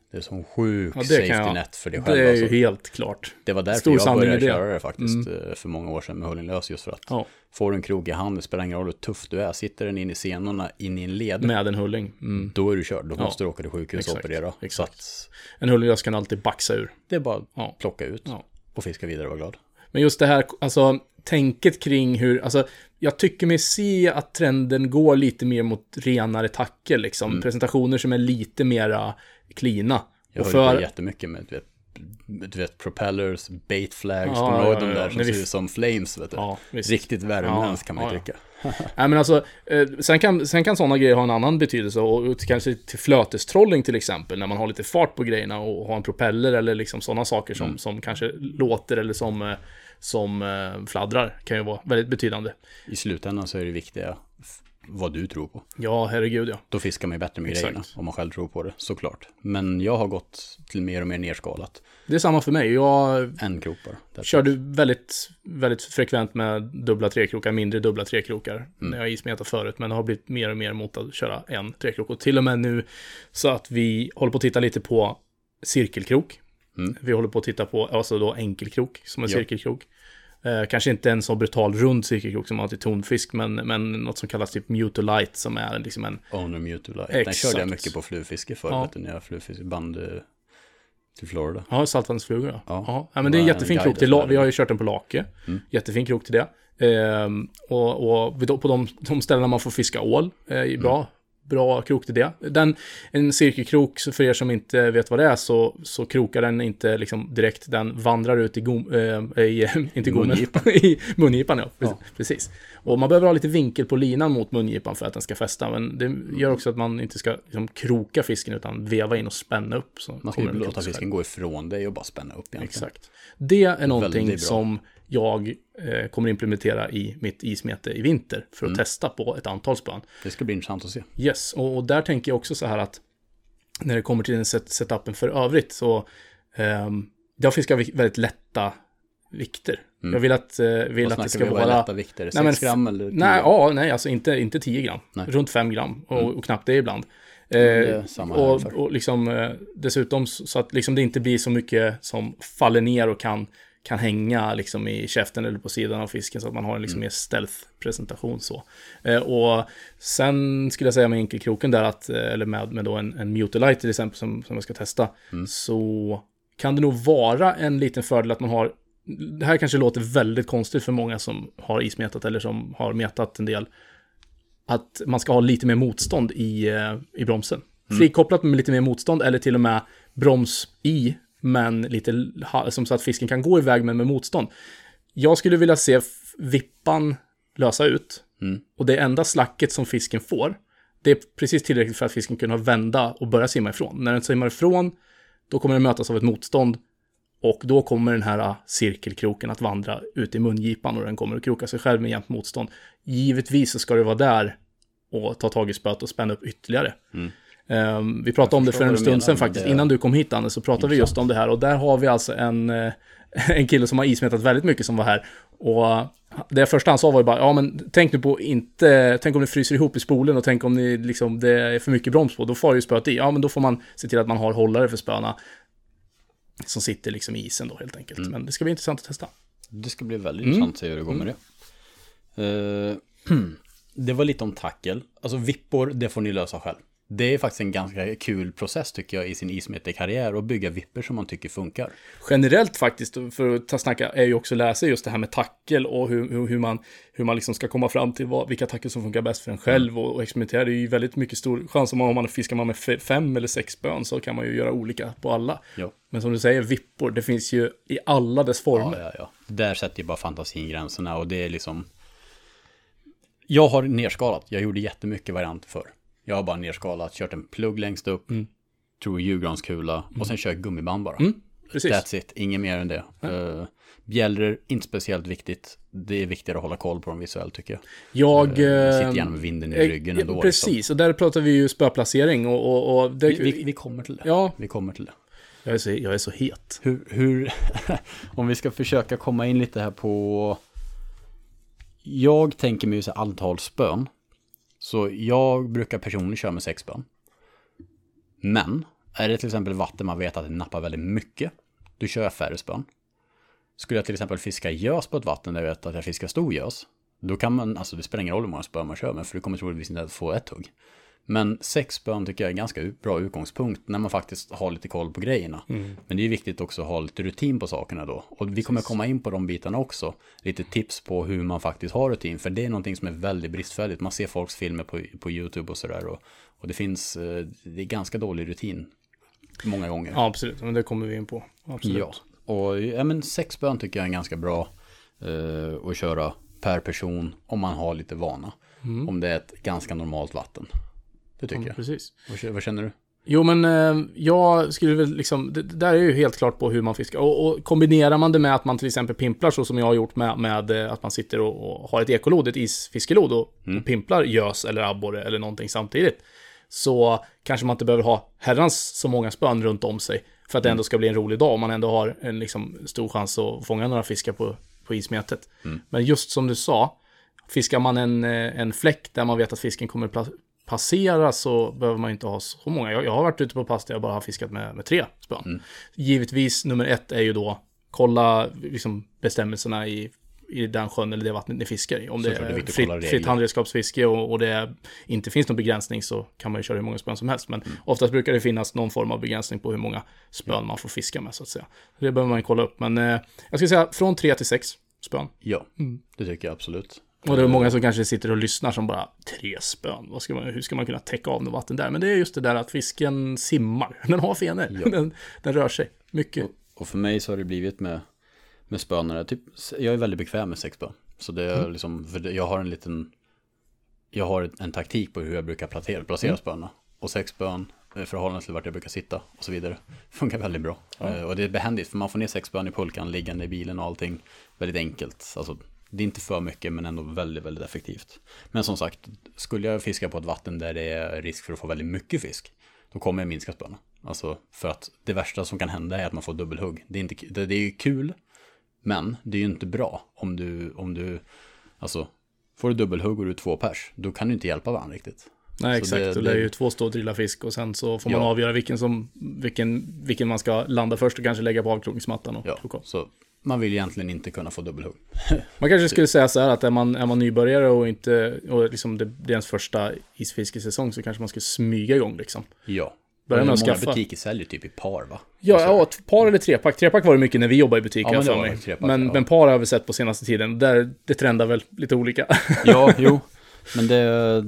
Det är som sjuk ja, safety net för det själv. Det är ju alltså. helt klart. Det var därför Stor jag började det. köra det faktiskt mm. för många år sedan med hulling lös, just för att ja. får du en krok i hand, det spelar ingen roll hur tuff du är, sitter den in i senorna, in i en led med en hulling. Mm. Då är du körd, då ja. måste du åka till sjukhus och operera. Exakt. Så en hulling lös kan alltid baxa ur. det är bara att ja. plocka ut ja. och fiska vidare och vara glad. Men just det här, alltså tänket kring hur, alltså jag tycker mig se att trenden går lite mer mot renare tackel liksom. Mm. Presentationer som är lite mera cleana. Jag har för... ju jättemycket med, du vet, du vet, propellers, bait flags, ja, de, ja, ja, de där ja. som vi... ser ut som flames, vet du. Ja, riktigt värmländskt ja, kan man ju ja, tycka. Ja. Nej, men alltså, eh, sen kan, sen kan sådana grejer ha en annan betydelse, och kanske till flötestrolling till exempel, när man har lite fart på grejerna och har en propeller eller liksom sådana saker som, mm. som kanske låter eller som, eh, som eh, fladdrar, kan ju vara väldigt betydande. I slutändan så är det viktiga vad du tror på. Ja, herregud ja. Då fiskar man ju bättre med Exakt. grejerna om man själv tror på det, såklart. Men jag har gått till mer och mer nerskalat. Det är samma för mig. Jag en krok bara. körde väldigt, väldigt frekvent med dubbla trekrokar, mindre dubbla trekrokar mm. när jag ismetat förut, men det har blivit mer och mer mot att köra en trekrok. Och till och med nu så att vi håller på att titta lite på cirkelkrok. Mm. Vi håller på att titta på alltså då enkelkrok som en ja. cirkelkrok. Eh, kanske inte en så brutal rund cirkelkrok som man har till tonfisk, men, men något som kallas typ Mutolite, som är liksom en... Owner Mutolite. Den körde jag mycket på flugfiske förr, ja. vet du, när jag flugfiske band till Florida. Ja, saltvattensflugor. Ja. Ja. Ja. ja, men det är en jättefin krok. Till la- vi har ju kört den på Lake. Mm. Jättefin krok till det. Eh, och, och på de, de ställena man får fiska ål är bra. Mm. Bra krok till det. Den, en cirkelkrok, så för er som inte vet vad det är, så, så krokar den inte liksom direkt. Den vandrar ut i, gom, äh, i inte mungipan. i mungipan, ja. ja. Precis. Och man behöver ha lite vinkel på linan mot mungipan för att den ska fästa. Men det gör också att man inte ska liksom kroka fisken, utan veva in och spänna upp. Så man ska ju låta fisken gå ifrån dig och bara spänna upp egentligen. Exakt. Det är någonting som jag eh, kommer implementera i mitt ismete i vinter för att mm. testa på ett antal spön. Det ska bli intressant att se. Yes, och, och där tänker jag också så här att när det kommer till den set- setupen för övrigt, så eh, jag fiskar väldigt lätta vikter. Mm. Jag vill att, eh, vill att det ska vi vara... lätta vikter? sex nej, men, gram eller tio? Nej, ja, nej, alltså inte, inte tio gram. Nej. Runt fem gram och, mm. och knappt det ibland. Eh, det och, och liksom eh, dessutom så att liksom det inte blir så mycket som faller ner och kan kan hänga liksom i käften eller på sidan av fisken, så att man har en liksom mm. mer stealth-presentation så. Eh, och sen skulle jag säga med enkelkroken där, att, eller med, med då en, en Mutolite till exempel som, som jag ska testa, mm. så kan det nog vara en liten fördel att man har, det här kanske låter väldigt konstigt för många som har ismetat eller som har metat en del, att man ska ha lite mer motstånd i, i bromsen. Mm. Frikopplat med lite mer motstånd, eller till och med broms i, men lite som så att fisken kan gå iväg med, med motstånd. Jag skulle vilja se vippan lösa ut. Mm. Och det enda slacket som fisken får, det är precis tillräckligt för att fisken kunna vända och börja simma ifrån. När den simmar ifrån, då kommer den mötas av ett motstånd. Och då kommer den här cirkelkroken att vandra ut i mungipan, och den kommer att kroka sig själv med jämnt motstånd. Givetvis så ska det vara där och ta tag i spöet och spänna upp ytterligare. Mm. Um, vi pratade om det för en stund sedan faktiskt. Det... Innan du kom hit, Anne, så pratade Intressant. vi just om det här. Och där har vi alltså en, en kille som har ismetat väldigt mycket som var här. Och det första han sa var ju bara, ja men tänk nu på inte, tänk om ni fryser ihop i spolen, och tänk om ni liksom, det är för mycket broms på, då får ju spöet i. Ja men då får man se till att man har hållare för spöna som sitter liksom i isen då helt enkelt. Mm. Men det ska bli intressant att testa. Det ska bli väldigt mm. intressant att se hur det går med mm. det. Uh, det var lite om tackel. Alltså vippor, det får ni lösa själv. Det är faktiskt en ganska kul process tycker jag i sin ismetekarriär, att bygga vipper som man tycker funkar. Generellt faktiskt, för att ta snacka, är ju också läsa just det här med tackel och hur, hur, hur man, hur man liksom ska komma fram till vad, vilka tackel som funkar bäst för en själv, och, och experimentera. Det är ju väldigt mycket stor chans, om man, om man fiskar man med fem eller sex spön, så kan man ju göra olika på alla. Ja. Men som du säger, vippor, det finns ju i alla dess former. Ja, ja, ja. Där sätter ju bara fantasin gränserna, och det är liksom... Jag har nerskalat, jag gjorde jättemycket varianter för. Jag har bara nerskalat, kört en plugg längst upp, mm. tror julgranskula, mm. och sen kört gummiband bara. Mm, precis. That's it, inget mer än det. Mm. Uh, bjällror, inte speciellt viktigt. Det är viktigare att hålla koll på dem visuellt tycker jag. Jag uh, sitter gärna med vinden i ryggen äh, ändå. Precis, liksom. Och där pratar vi ju spöplacering. Och, och, och det, vi, vi, vi kommer till det. Ja. Vi kommer till det. Jag är så, jag är så het. Hur, hur om vi ska försöka komma in lite här på... Jag tänker mig så antal spön. Så jag brukar personligen köra med sex spön. Men Är det till exempel vatten man vet att det nappar väldigt mycket, då kör jag färre spön. Skulle jag till exempel fiska gös på ett vatten där jag vet att jag fiskar stor gös, då kan man, alltså det spelar ingen roll hur många spön man kör med, för du kommer troligtvis inte att få ett hugg. Men sex spön tycker jag är en ganska bra utgångspunkt när man faktiskt har lite koll på grejerna. Mm. Men det är viktigt också att ha lite rutin på sakerna då. Och vi kommer komma in på de bitarna också. Lite tips på hur man faktiskt har rutin. För det är någonting som är väldigt bristfälligt. Man ser folks filmer på, på YouTube och sådär. Och, och det finns, det är ganska dålig rutin många gånger. Ja, absolut. Men det kommer vi in på. Absolut. Ja, och ja, men sex spön tycker jag är ganska bra eh, att köra per person om man har lite vana. Mm. Om det är ett ganska normalt vatten. Det tycker ja, jag. Precis. Vad, vad känner du? Jo, men eh, jag skulle väl liksom, det, det där är ju helt klart på hur man fiskar. Och, och kombinerar man det med att man till exempel pimplar så som jag har gjort med, med att man sitter och, och har ett ekolod, ett isfiskelod och, mm. och pimplar gös eller abborre eller någonting samtidigt. Så kanske man inte behöver ha herrans så många spön runt om sig för att det ändå ska bli en rolig dag om man ändå har en liksom, stor chans att fånga några fiskar på, på ismetet. Mm. Men just som du sa, fiskar man en, en fläck där man vet att fisken kommer pla- passera så behöver man inte ha så många. Jag, jag har varit ute på pass där jag bara har fiskat med, med tre spön. Mm. Givetvis nummer ett är ju då kolla liksom, bestämmelserna i, i den sjön eller det vattnet ni fiskar i. Om det är, är fritt, fritt handredskapsfiske och, och det är, inte finns någon begränsning så kan man ju köra hur många spön som helst. Men mm. oftast brukar det finnas någon form av begränsning på hur många spön mm. man får fiska med så att säga. Det behöver man ju kolla upp. Men eh, jag ska säga från tre till sex spön. Ja, mm. det tycker jag absolut. Och det är många som kanske sitter och lyssnar som bara, tre spön, vad ska man, hur ska man kunna täcka av med vatten där? Men det är just det där att fisken simmar, den har fenor, ja. den, den rör sig mycket. Och, och för mig så har det blivit med, med spönare, typ, jag är väldigt bekväm med sex spön. Så det är mm. liksom, för jag har en liten, jag har en taktik på hur jag brukar placera, placera mm. spöna. Och sex spön, förhållande till vart jag brukar sitta och så vidare. Funkar väldigt bra. Ja. Och det är behändigt, för man får ner sex spön i pulkan, liggande i bilen och allting. Väldigt enkelt, alltså. Det är inte för mycket men ändå väldigt, väldigt effektivt. Men som sagt, skulle jag fiska på ett vatten där det är risk för att få väldigt mycket fisk, då kommer jag minska spöna. Alltså för att det värsta som kan hända är att man får dubbelhugg. Det är, inte, det, det är ju kul, men det är ju inte bra om du, om du alltså, får du dubbelhugg och du är två pers, då kan du inte hjälpa varandra riktigt. Nej, så exakt. Det, det är ju två stå och drilla fisk och sen så får man ja. avgöra vilken, som, vilken, vilken man ska landa först och kanske lägga på avkrokningsmattan. Och ja, så man vill egentligen inte kunna få dubbelhugg. Man kanske skulle säga så här att är man, är man nybörjare och inte och liksom det, det är ens första isfiskesäsong så kanske man ska smyga igång liksom. Ja. Börja med att många skaffa. Butiker säljer typ i par va? Ja, ja, par eller trepack. Trepack var det mycket när vi jobbade i butiken ja, för mig. Trepack, men, ja. men par har vi sett på senaste tiden. Där, det trendar väl lite olika. Ja, jo. Men det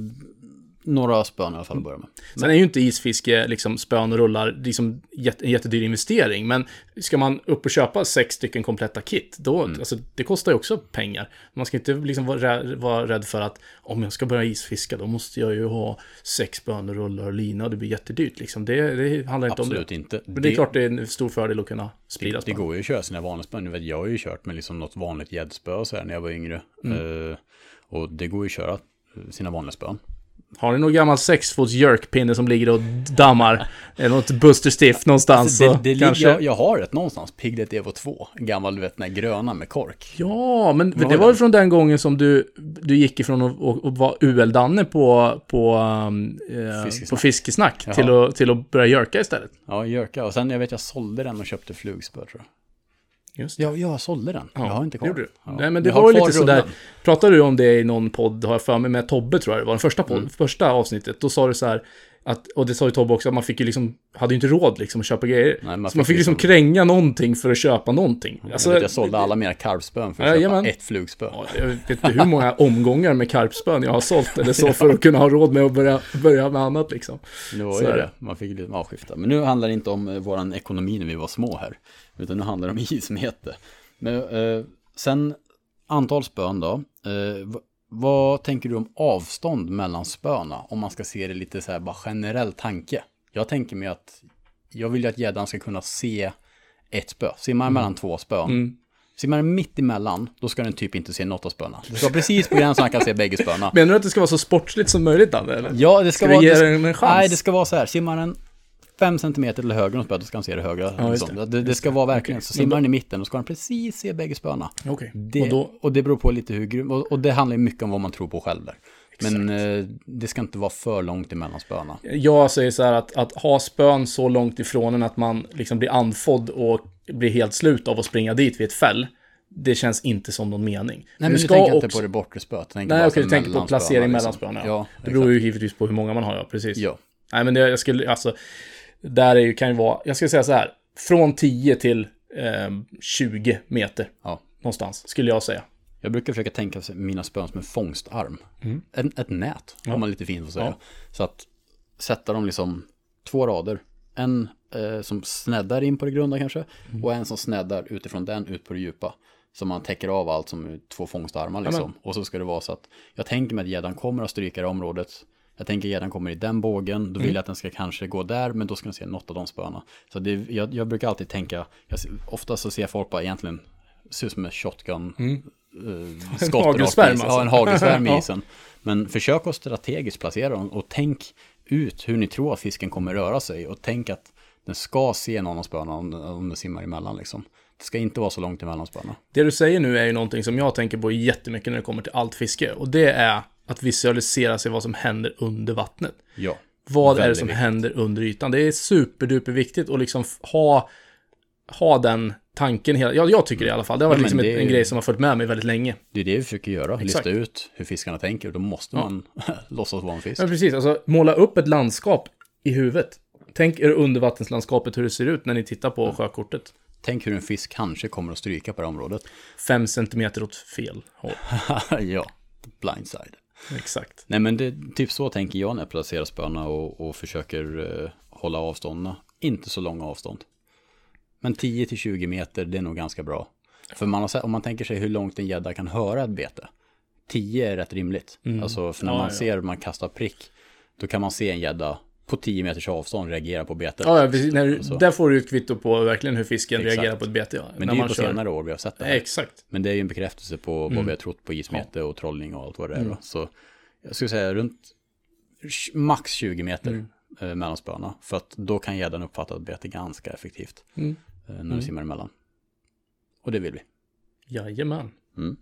några spön i alla fall att börja med. Men. Sen är ju inte isfiske liksom spön och rullar liksom en jättedyr investering. Men ska man upp och köpa sex stycken kompletta kit, då, mm. alltså, det kostar ju också pengar. Man ska inte liksom vara, rädd, vara rädd för att om jag ska börja isfiska, då måste jag ju ha sex spön och rullar och lina och det blir jättedyrt. Liksom. Det, det handlar inte Absolut om det. Inte. Men det är klart det är en stor fördel att kunna sprida spön. Det går ju att köra sina vanliga spön. Jag har ju kört med liksom något vanligt gäddspö så här när jag var yngre. Mm. Uh, och det går ju att köra sina vanliga spön. Har ni någon gammal sexfots jerkpinne som ligger och dammar? Eller något Buster Stiff någonstans? Alltså det, det kanske... jag, jag har ett någonstans. Piglet Evo två. En gammal, du vet, den här gröna med kork. Ja, men var det var ju från den gången som du, du gick ifrån att och, och var U L-danne på, på, um, fiskesnack, på fiskesnack till, att, till att börja jerka istället. Ja, jerka. Och sen jag vet jag sålde den och köpte flugspö tror jag. Just ja, jag sålde den. Ja, jag har inte kvar. Ja. Nej, men det var ju lite sådär. Pratade du om det i någon podd, har jag för mig, med Tobbe tror jag det var, den första, podd, mm. första avsnittet. Då sa du så här, att, och det sa ju Tobbe också, att man fick ju liksom, hade ju inte råd liksom att köpa grejer. Nej, man så fick man fick liksom kränga någonting för att köpa någonting. Ja, alltså, jag, vet, jag sålde alla mina karpspön för att ja, köpa ja, ett flugspö. Ja, jag vet inte hur många omgångar med karpspön jag har sålt eller så för att kunna ha råd med att börja, börja med annat liksom. Det var ju det, man fick lite avskifta. Men nu handlar det inte om våran ekonomi när vi var små här, utan nu handlar det om ismete. Men, eh, sen antal spön då. Eh, v- vad tänker du om avstånd mellan spöna? Om man ska se det lite så här bara generell tanke. Jag tänker mig att jag vill ju att gäddan ska kunna se ett spö. Ser man mm. mellan två spön. Mm. Ser man mitt emellan, då ska den typ inte se något av spöna. Det ska precis på gränsen han kan se bägge spöna. Menar du att det ska vara så sportsligt som möjligt då? Eller? Ja, det ska, ska vara... Det ska, en chans? Nej, det ska vara så här. Ser man en fem centimeter till höger om spöet, då ska han se det högra. Ja, det. Det, det ska vara verkligen, okay. Så simmar han i mitten, då ska han precis se bägge spöna. Okay. Det, och, då... och det beror på lite hur grym, och, och det handlar ju mycket om vad man tror på själv där. Men eh, det ska inte vara för långt emellan spöna. Jag säger så här att, att ha spön så långt ifrån en att man liksom blir andfådd och blir helt slut av att springa dit vid ett fäll. Det känns inte som någon mening. Nej, men du ska tänker också... inte på det bortre spöet. Nej, okej, okay, du tänker på placering mellan spöna. Ja. Ja, det beror ju givetvis på hur många man har, ja, precis. Ja. Nej, men det, jag skulle, alltså, där är ju, kan ju vara, jag ska säga så här, från tio till eh, tjugo meter. Ja. Någonstans, skulle jag säga. Jag brukar försöka tänka mina spön som en fångstarm. Mm. Ett, ett nät, ja. Om man lite fint att säga. Ja. Så att sätta dem liksom två rader. En eh, som snäddar in på det grunda kanske. Mm. Och en som snäddar utifrån den ut på det djupa. Så man täcker av allt som två fångstarmar liksom. Amen. Och så ska det vara så att jag tänker mig att gäddan kommer att stryka i området. Jag tänker att gäddan kommer i den bågen. Då vill mm. jag att den ska kanske gå där. Men då ska den se något av de spöna. Så det, jag, jag brukar alltid tänka. Jag, ofta så ser folk bara egentligen ser ut som en shotgun. Mm. Uh, skott en hagelsvärm alltså. Ja, en hagelsvärm i isen. Men försök att strategiskt placera dem. Och tänk ut hur ni tror att fisken kommer röra sig. Och tänk att den ska se någon av spöna om, om den simmar emellan liksom. Det ska inte vara så långt emellan spöna. Det du säger nu är ju någonting som jag tänker på jättemycket när det kommer till allt fiske. Och det är att visualisera sig vad som händer under vattnet. Ja. Vad är det som viktigt. händer under ytan? Det är superduper viktigt att liksom ha, ha den tanken hela... Ja, jag tycker det i alla fall. Det har varit ja, liksom det, en grej som har följt med mig väldigt länge. Det är det vi försöker göra. Exakt. Lista ut hur fiskarna tänker. Då måste man ja. låtsas vara en fisk. Ja, precis. Alltså, måla upp ett landskap i huvudet. Tänk er undervattenslandskapet hur det ser ut när ni tittar på mm. sjökortet. Tänk hur en fisk kanske kommer att stryka på det området. Fem centimeter åt fel håll. Ja, blindside. Exakt. Nej, men det, typ så tänker jag när jag placerar spöna och, och försöker uh, hålla avstånden. Inte så långa avstånd. Men tio till tjugo meter, det är nog ganska bra. För man har, om man tänker sig hur långt en gädda kan höra ett bete. tio är rätt rimligt. Mm. Alltså, för när ja, man ja. ser man kastar prick, då kan man se en gädda på tio meters avstånd reagera på betet. Ja, precis. När, där får du ett kvitto på verkligen hur fisken Exakt. reagerar på ett bete. Ja, men det är ju på kör. senare år vi har sett det här. Exakt. Men det är ju en bekräftelse på vad mm. vi har trott på ismete ja. och trollning och allt vad det är. Mm. Så jag skulle säga runt max tjugo meter mm. eh, mellan spöna. För att då kan gäddan uppfatta ett bete ganska effektivt mm. eh, när mm. det simmar emellan. Och det vill vi. Jajamän. Mm.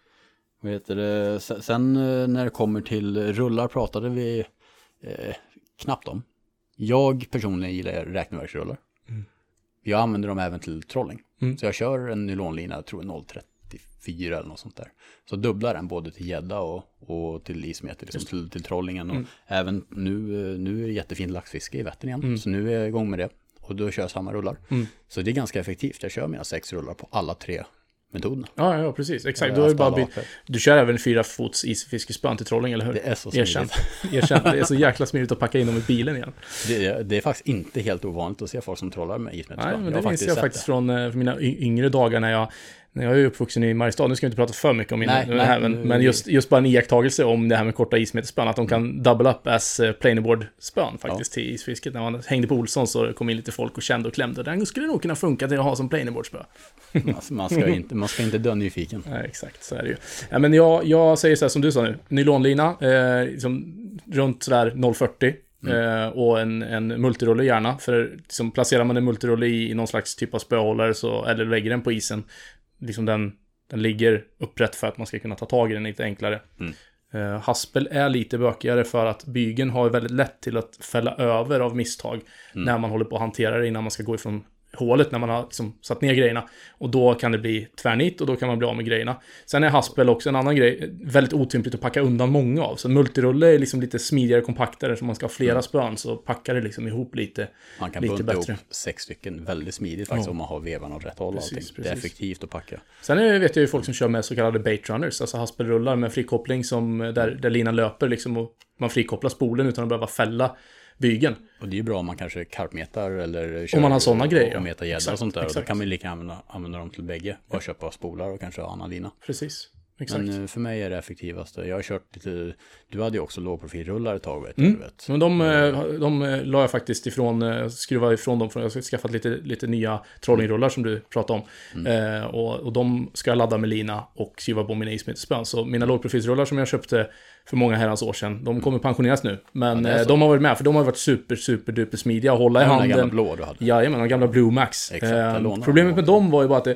Vad heter det? Sen när det kommer till rullar pratade vi eh, knappt om. Jag personligen gillar räkneverksrullar. Mm. Jag använder dem även till trolling. Mm. Så jag kör en nylonlina, jag tror noll komma trettiofyra eller något sånt där. Så dubblar den både till gädda och, och till ismeter, liksom till, till trollingen. Och mm. även nu, nu är det jättefin laxfiske i Vättern igen. Mm. Så nu är jag igång med det. Och då kör jag samma rullar. Mm. Så det är ganska effektivt. Jag kör mina sex rullar på alla tre metoderna. Ja, ja, precis. Exakt. Du, är bara by- du kör även fyra fots isfiskespön till trolling, eller hur? Det är så smidigt. Erkänt. Erkänt. Det är så jäkla smidigt att packa in dem i bilen igen. Det är, det är faktiskt inte helt ovanligt att se folk som trollar med ismetspön. Nej, men det minns jag faktiskt från, från mina yngre dagar när jag när jag är uppvuxen i Mariestad. Nu ska vi inte prata för mycket om nej, det här, men, men just, just bara en iakttagelse om det här med korta ismetspön, att de kan double up as planerboard-spön faktiskt ja. till isfisket. När man hängde på Olsson så kom in lite folk och kände och klämde. Den skulle nog kunna funka till att ha som planerboard-spö. Alltså, man, ska inte, man ska inte dö nyfiken. Nej, exakt, så är det ju. Ja, men jag, jag säger så här som du sa nu. Nylonlina, eh, liksom, runt sådär noll komma fyrtio. Mm. Eh, och en, en multirolle gärna. För liksom, placerar man en multirolle i, i någon slags typ av spöhållare så, eller lägger den på isen, liksom den, den ligger upprätt för att man ska kunna ta tag i den lite enklare. Mm. Uh, haspel är lite bökigare för att bygeln har väldigt lätt till att fälla över av misstag mm. när man håller på att hantera det innan man ska gå ifrån hålet när man har liksom satt ner grejerna. Och då kan det bli tvärnit och då kan man bli av med grejerna. Sen är haspel också en annan grej. Väldigt otympligt att packa undan många av. Så multirulle är liksom lite smidigare, kompaktare. Så man ska ha flera mm. spön så packar det liksom ihop lite Man kan lite bunta bättre. ihop sex stycken väldigt smidigt faktiskt ja. om man har vevan åt rätt håll. Precis, precis. Det är effektivt att packa. Sen är, vet jag ju folk som kör med så kallade bait runners. Alltså haspelrullar med frikoppling som, där, där linan löper liksom, och man frikopplar spolen utan att behöva fälla bygeln. Och det är ju bra om man kanske karpmetar eller kör om man har sådana grejer. Och metar gädda och sånt där. Och då kan man lika använda, använda dem till bägge. Och ja. köpa spolar och kanske annan lina. Precis. Exakt. Men för mig är det effektivaste. Jag har kört lite... Du hade ju också lågprofilrullar ett tag, vet mm. du vet. Men de, de, de la jag faktiskt ifrån, skruvade ifrån dem för jag har skaffat lite, lite nya trollingrullar som du pratade om. Mm. Eh, och, och de ska jag ladda med lina och skruva på mina ismetspön. Så mina lågprofilsrullar som jag köpte för många herrans år sedan, de kommer pensioneras nu. Men ja, de har varit med, för de har varit super, super duper smidiga att hålla i handen. Den gamla blå du hade. Ja, men de gamla Blue Max. Exakt, eh, problemet med dem var ju bara att det,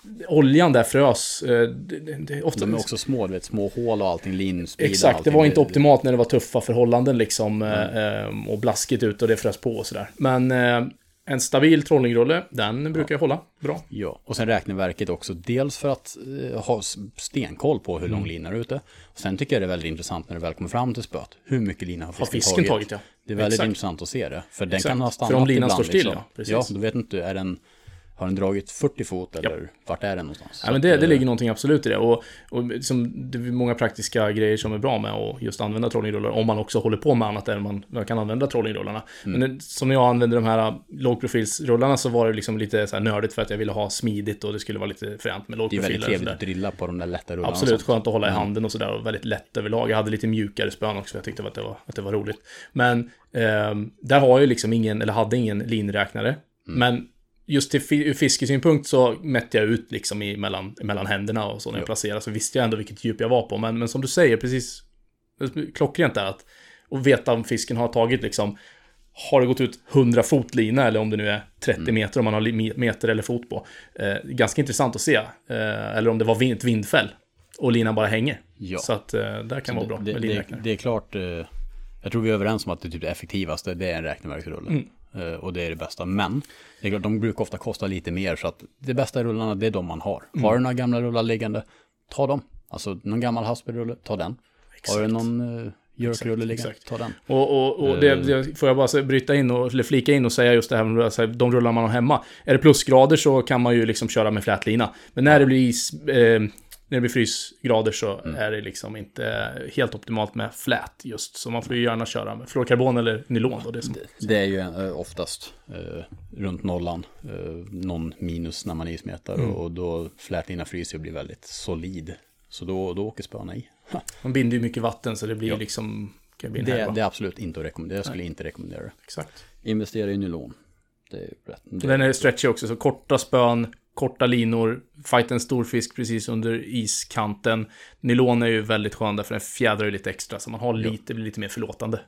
oljan där frös. Eh, det, det, ofta, de är också små, du vet, små hål och allting, linsprid. Exakt, allting. Det var inte optimalt när det var tuffa förhållanden liksom, mm. eh, och blaskigt ut och det frös på och sådär. Men eh, en stabil trollingrulle, den brukar jag hålla bra. Ja, och sen räkneverket också. Dels för att eh, ha stenkoll på hur lång mm. lina är ute. Och sen tycker jag det är väldigt intressant när det väl kommer fram till spöt. Hur mycket lina har fisken, har fisken tagit? tagit ja. Det är väldigt Exakt. intressant att se det. För den Exakt. kan ha stannat för om linan ibland. Står still, liksom. ja. Precis. Ja, du vet inte, är den... Har den dragit fyrtio fot eller ja. Vart är den någonstans? Ja, men det, det ligger någonting absolut i det. Och, och som, det är många praktiska grejer som är bra med att just använda trollingrullar. Om man också håller på med annat än man, man kan använda trollingrullarna. Mm. Men det, som när jag använde de här lågprofilsrullarna så var det liksom lite så här nördigt för att jag ville ha smidigt och det skulle vara lite fränt med lågprofiler. Det är väldigt trevligt att drilla på de där lätta rullarna. Absolut, skönt att hålla i handen och sådär. Och väldigt lätt överlag. Jag hade lite mjukare spön också för jag tyckte att det var, att det var roligt. Men eh, där har jag liksom ingen, eller hade ingen linräknare. Mm. Men just till ur fiskesynpunkt så mätte jag ut liksom i mellan, mellan händerna och så när jag placerade så visste jag ändå vilket djup jag var på. Men, men som du säger, precis klockrent är att och veta om fisken har tagit liksom, har det gått ut hundra fot lina eller om det nu är trettio mm. meter om man har meter eller fot på. Eh, ganska intressant att se. Eh, eller om det var vind, ett vindfäll och linan bara hänger. Ja. Så att eh, där kan så vara bra det, med det, det är klart, eh, jag tror vi är överens om att det typ det effektivaste, det är en räkneverksrulle. Mm. Och det är det bästa. Men det är klart, de brukar ofta kosta lite mer. Så att det bästa rullarna, det är de man har. Mm. Har du några gamla rullar liggande, ta dem. Alltså någon gammal Hasper-rulle, ta den. Exakt. Har du någon uh, Jörk-rulle liggande, ta den. Och, och, och det, det får jag bara bryta in och eller flika in och säga just det här med alltså, de rullar man har hemma. Är det plusgrader så kan man ju liksom köra med flätlina. Men när det blir is... Eh, när det blir frysgrader så mm. är det liksom inte helt optimalt med flät just. Så man får ju gärna köra med fluorkarbon eller nylon. Då, det, som, det, det är ju äh, oftast äh, runt nollan. Äh, någon minus när man ismetar. Mm. Och, och då flätlina fryser och blir väldigt solid. Så då, då åker spöna i. Man binder ju mycket vatten så det blir ja. liksom... Det, det är absolut inte att rekommendera. Jag skulle Nej. inte rekommendera det. Exakt. Investera i nylon. Det är rätt. Det Den är stretchy också. Så korta spön, korta linor, fight en stor fisk precis under iskanten. Nylon är ju väldigt skön där för den fjädrar ju lite extra så man har lite, ja. blir lite mer förlåtande.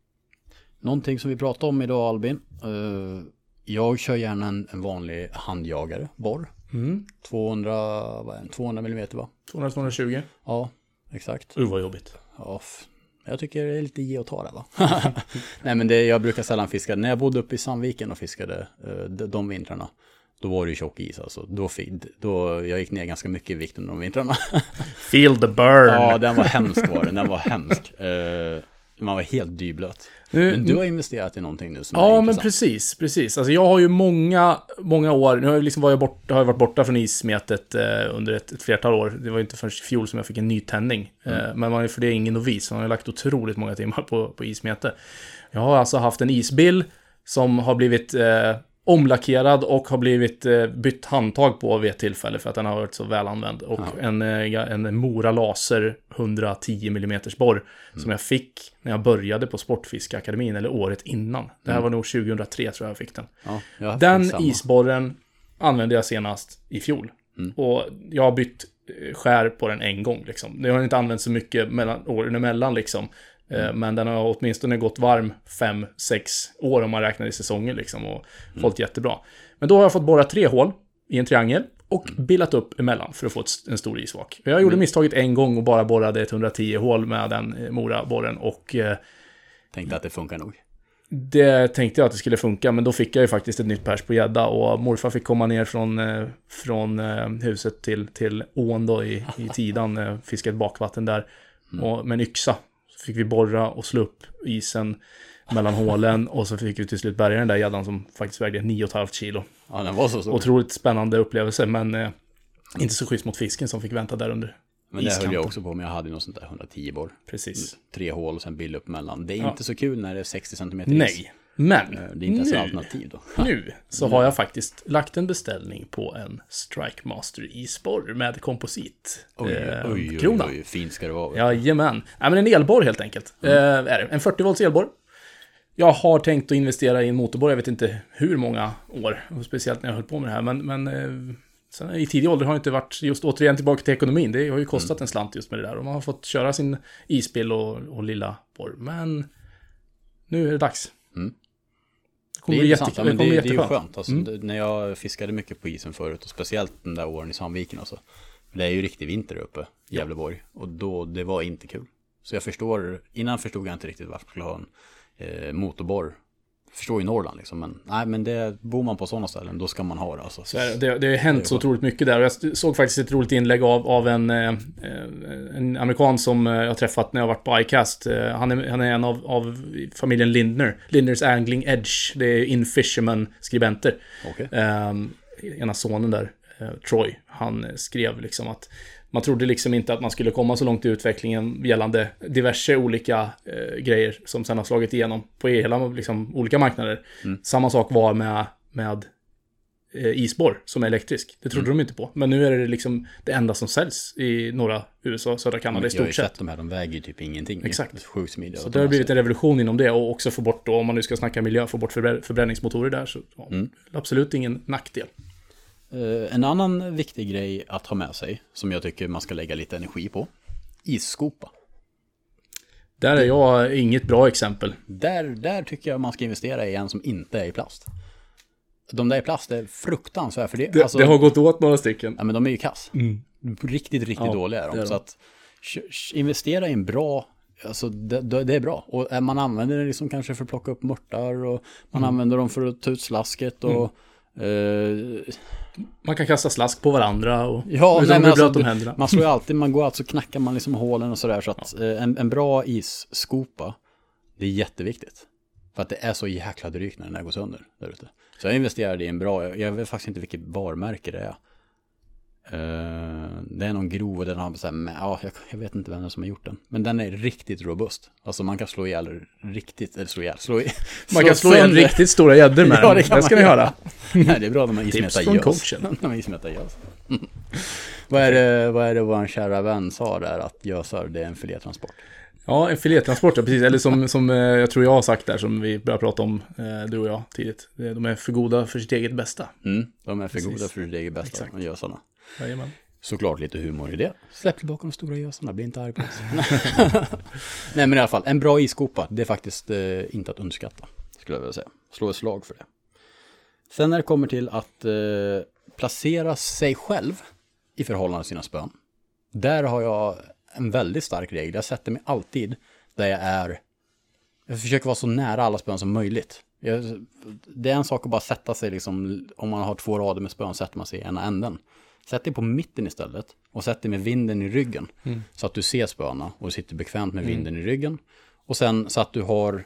Någonting som vi pratar om idag, Albin. Uh, jag kör gärna en, en vanlig handjagare, borr. Mm. tvåhundra, vad är det, tvåhundra millimeter va? tvåhundra till tvåhundratjugo. Ja, exakt. Uh, vad jobbigt. Ja, jag tycker det är lite ge och ta det va? Nej men det, jag brukar sällan fiska. När jag bodde uppe i Sandviken och fiskade uh, de, de vintrarna. Då var det ju tjock is alltså. Då, då, jag gick ner ganska mycket i vikt under de vintrarna. Feel the burn. Ja, den var hemsk var den. Den var hemsk. Uh, man var helt dyblöt. Nu, men du har investerat i någonting nu som ja, är men intressant. precis, precis. Alltså jag har ju många, många år, nu har jag liksom varit, bort, har jag varit borta från ismetet eh, under ett, ett flertal år. Det var ju inte förrän i fjol som jag fick en nytändning. Mm. Eh, men man är för det är ingen novis. Man har lagt otroligt många timmar på, på ismete. Jag har alltså haft en isbill som har blivit... Eh, omlackerad och har blivit eh, bytt handtag på vid ett tillfälle för att den har varit så väl använd. Och ja. en, eh, en Mora Laser hundratio millimeter borr mm. som jag fick när jag började på Sportfiskakademin eller året innan. Det här mm. var nog tjugohundratre tror jag jag fick den. Ja, jag den isborren använde jag senast i fjol. Mm. Och jag har bytt skär på den en gång. Liksom. Jag har inte använt så mycket mellan, åren emellan liksom. Mm. Men den har åtminstone gått varm fem sex år om man räknar i säsonger liksom, och mm. hållit jättebra. Men då har jag fått borra tre hål i en triangel och mm. bildat upp emellan för att få ett, en stor isvak. Jag gjorde mm. misstaget en gång och bara borrade ett hundratio hål med den Mora-borren och... Eh, tänkte att det funkar nog. Det tänkte jag att det skulle funka, men då fick jag ju faktiskt ett nytt pers på gädda och morfar fick komma ner från, eh, från eh, huset till, till ån då i, i Tidan, eh, fiska ett bakvatten där mm. och med en yxa. Fick vi borra och slå upp isen mellan hålen och så fick vi till slut bärga den där gäddan som faktiskt vägde nio komma fem kilo. Ja, den var så stor. Otroligt spännande upplevelse, men eh, inte så schysst mot fisken som fick vänta där under men det höll jag också på, men jag hade ju något sånt där hundratio borr. Precis. Tre hål och sen bild upp mellan. Det är ja. inte så kul när det är sextio centimeter Nej, is. men det är inte ens nu, ett alternativ då. Nu så har jag faktiskt lagt en beställning på en Strike Master isborr med komposit. Oj, eh, oj, krona. oj, oj, fint ska det vara. Jajamän. Nej, men en elborr helt enkelt. Mm. Eh, är det. En fyrtio volts elborr. Jag har tänkt att investera i en motorborr, jag vet inte hur många år, och speciellt när jag höll på med det här, men, men eh, sen i tidig ålder har det inte varit just återigen tillbaka till ekonomin. Det har ju kostat mm. en slant just med det där, och man har fått köra sin isbil och, och lilla borr. Men nu är det dags. Mm. Det kommer det är bli, intressant. jätte, Ja, det men kommer det, bli det är ju jätteskönt. skönt. Alltså, Mm. det, när jag fiskade mycket på isen förut, och speciellt den där åren i Sandviken. Alltså, det är ju riktig vinter uppe i Gävleborg. Och då, det var inte kul. Så jag förstår, innan förstod jag inte riktigt varför jag skulle ha en eh, motorborr. Förstår i Norrland liksom, men nej, men det, bor man på sådana ställen, då ska man ha det alltså. Så är det, det, det har hänt det så otroligt mycket där. Och jag såg faktiskt ett roligt inlägg av, av en, eh, en amerikan som jag har träffat när jag har varit på iCast. Han är, han är en av, av familjen Lindner. Lindners Angling Edge. Det är In Fisherman-skribenter. Okay. Eh, ena sonen där, eh, Troy, han skrev liksom att man trodde liksom inte att man skulle komma så långt i utvecklingen gällande diverse olika eh, grejer som sen har slagit igenom på hela liksom, olika marknader. Mm. Samma sak var med, med eh, isborr som är elektrisk. Det trodde mm. de inte på. Men nu är det liksom det enda som säljs i norra U S A, södra Kanada i stort sett. Jag har ju sett de här, de väger ju typ ingenting. Exakt. Sjukt smidiga. Så det har blivit en revolution inom det, och också få bort då, om man nu ska snacka miljö, få bort förbrä- förbränningsmotorer där, så ja, mm. absolut ingen nackdel. Uh, en annan viktig grej att ha med sig, som jag tycker man ska lägga lite energi på, isskopa. Där är jag inget bra exempel. Där, där tycker jag man ska investera i en som inte är i plast. De där i plast är fruktansvärt. För det, det, alltså, det har gått åt några stycken. Ja, men de är ju kass. Mm. Riktigt, riktigt ja, dåliga är de. är de. Så att investera i en bra, alltså det, det är bra. Och man använder det liksom kanske för att plocka upp mörtar, och man mm. använder dem för att ta ut slasket och mm. Uh, man kan kasta slask på varandra och ja, nej, men alltså, du, händerna. man slår ju alltid, man går alltså knackar man liksom hålen och sådär, så att ja. uh, en, en bra isskopa, det är jätteviktigt, för att det är så jäkla drygt när den här går sönder där ute. Så jag investerade i en bra, jag, jag vet faktiskt inte vilket varumärke det är. Uh, det är någon grov, och den har så här, ja, jag, jag vet inte vem det är som har gjort den, men den är riktigt robust. Alltså man kan slå ihjäl riktigt, eller slå ihjäl, slå i, man kan slå ihjäl riktigt stora gäddor med ja, den. Det, det ska ni höra. Nej, det är bra när man ismetar från gös. Coachen. När man ismetar gös. Mm. vad är det, vad är det vår kära vän sa där, att gösar, det är en filétransport? Ja, en filétransport, ja, precis. Eller som, som jag tror jag har sagt där, som vi började prata om, du och jag tidigt. De är för goda för sitt eget bästa. Mm, de är för precis. goda för sitt eget bästa, de gösarna. Jajamän. Såklart lite humor i det. Släpp tillbaka de stora gösarna, blir inte arg på oss. Nej, men i alla fall, en bra iskopa, det är faktiskt eh, inte att underskatta, skulle jag vilja säga. Slå ett slag för det. Sen när det kommer till att eh, placera sig själv i förhållande till sina spön, där har jag en väldigt stark regel. Jag sätter mig alltid där jag är. Jag försöker vara så nära alla spön som möjligt. Jag, det är en sak att bara sätta sig liksom, om man har två rader med spön sätter man sig i ena änden. Sätt dig på mitten istället och sätt dig med vinden i ryggen. Mm. Så att du ser spöna och du sitter bekvämt med vinden mm. i ryggen. Och sen så att du har,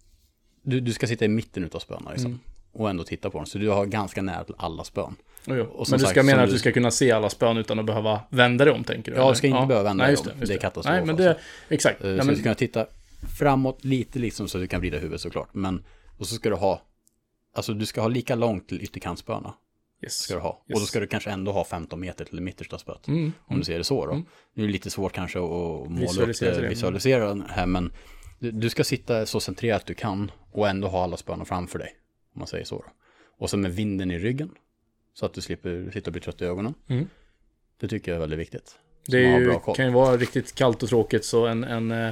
du, du ska sitta i mitten utav spöna liksom, mm. och ändå titta på dem. Så du har ganska nära till alla spön. Oh, och men du ska sagt, mena att du ska kunna se alla spön utan att behöva vända dig om, tänker du? Ja, du ska inte ja. behöva vända dig om. Det, det är katastrof. Nej, men det, exakt. Uh, ja, så men... du ska kunna titta framåt lite liksom, så du kan vrida huvudet såklart. Men, och så ska du ha, alltså du ska ha lika långt till ytterkantsspöna. Yes. Ska du ha. Yes. Och då ska du kanske ändå ha femton meter till det mittersta spöet. Mm. Om mm. du ser det så då. Mm. Nu är det lite svårt kanske att måla visualisera upp det, visualisera det här. Men du, du ska sitta så centrerat du kan och ändå ha alla spöna framför dig. Om man säger så då. Och så med vinden i ryggen. Så att du slipper sitta och bli trött i ögonen. Mm. Det tycker jag är väldigt viktigt. Så det är ju, kan ju vara riktigt kallt och tråkigt. Så en, en äh,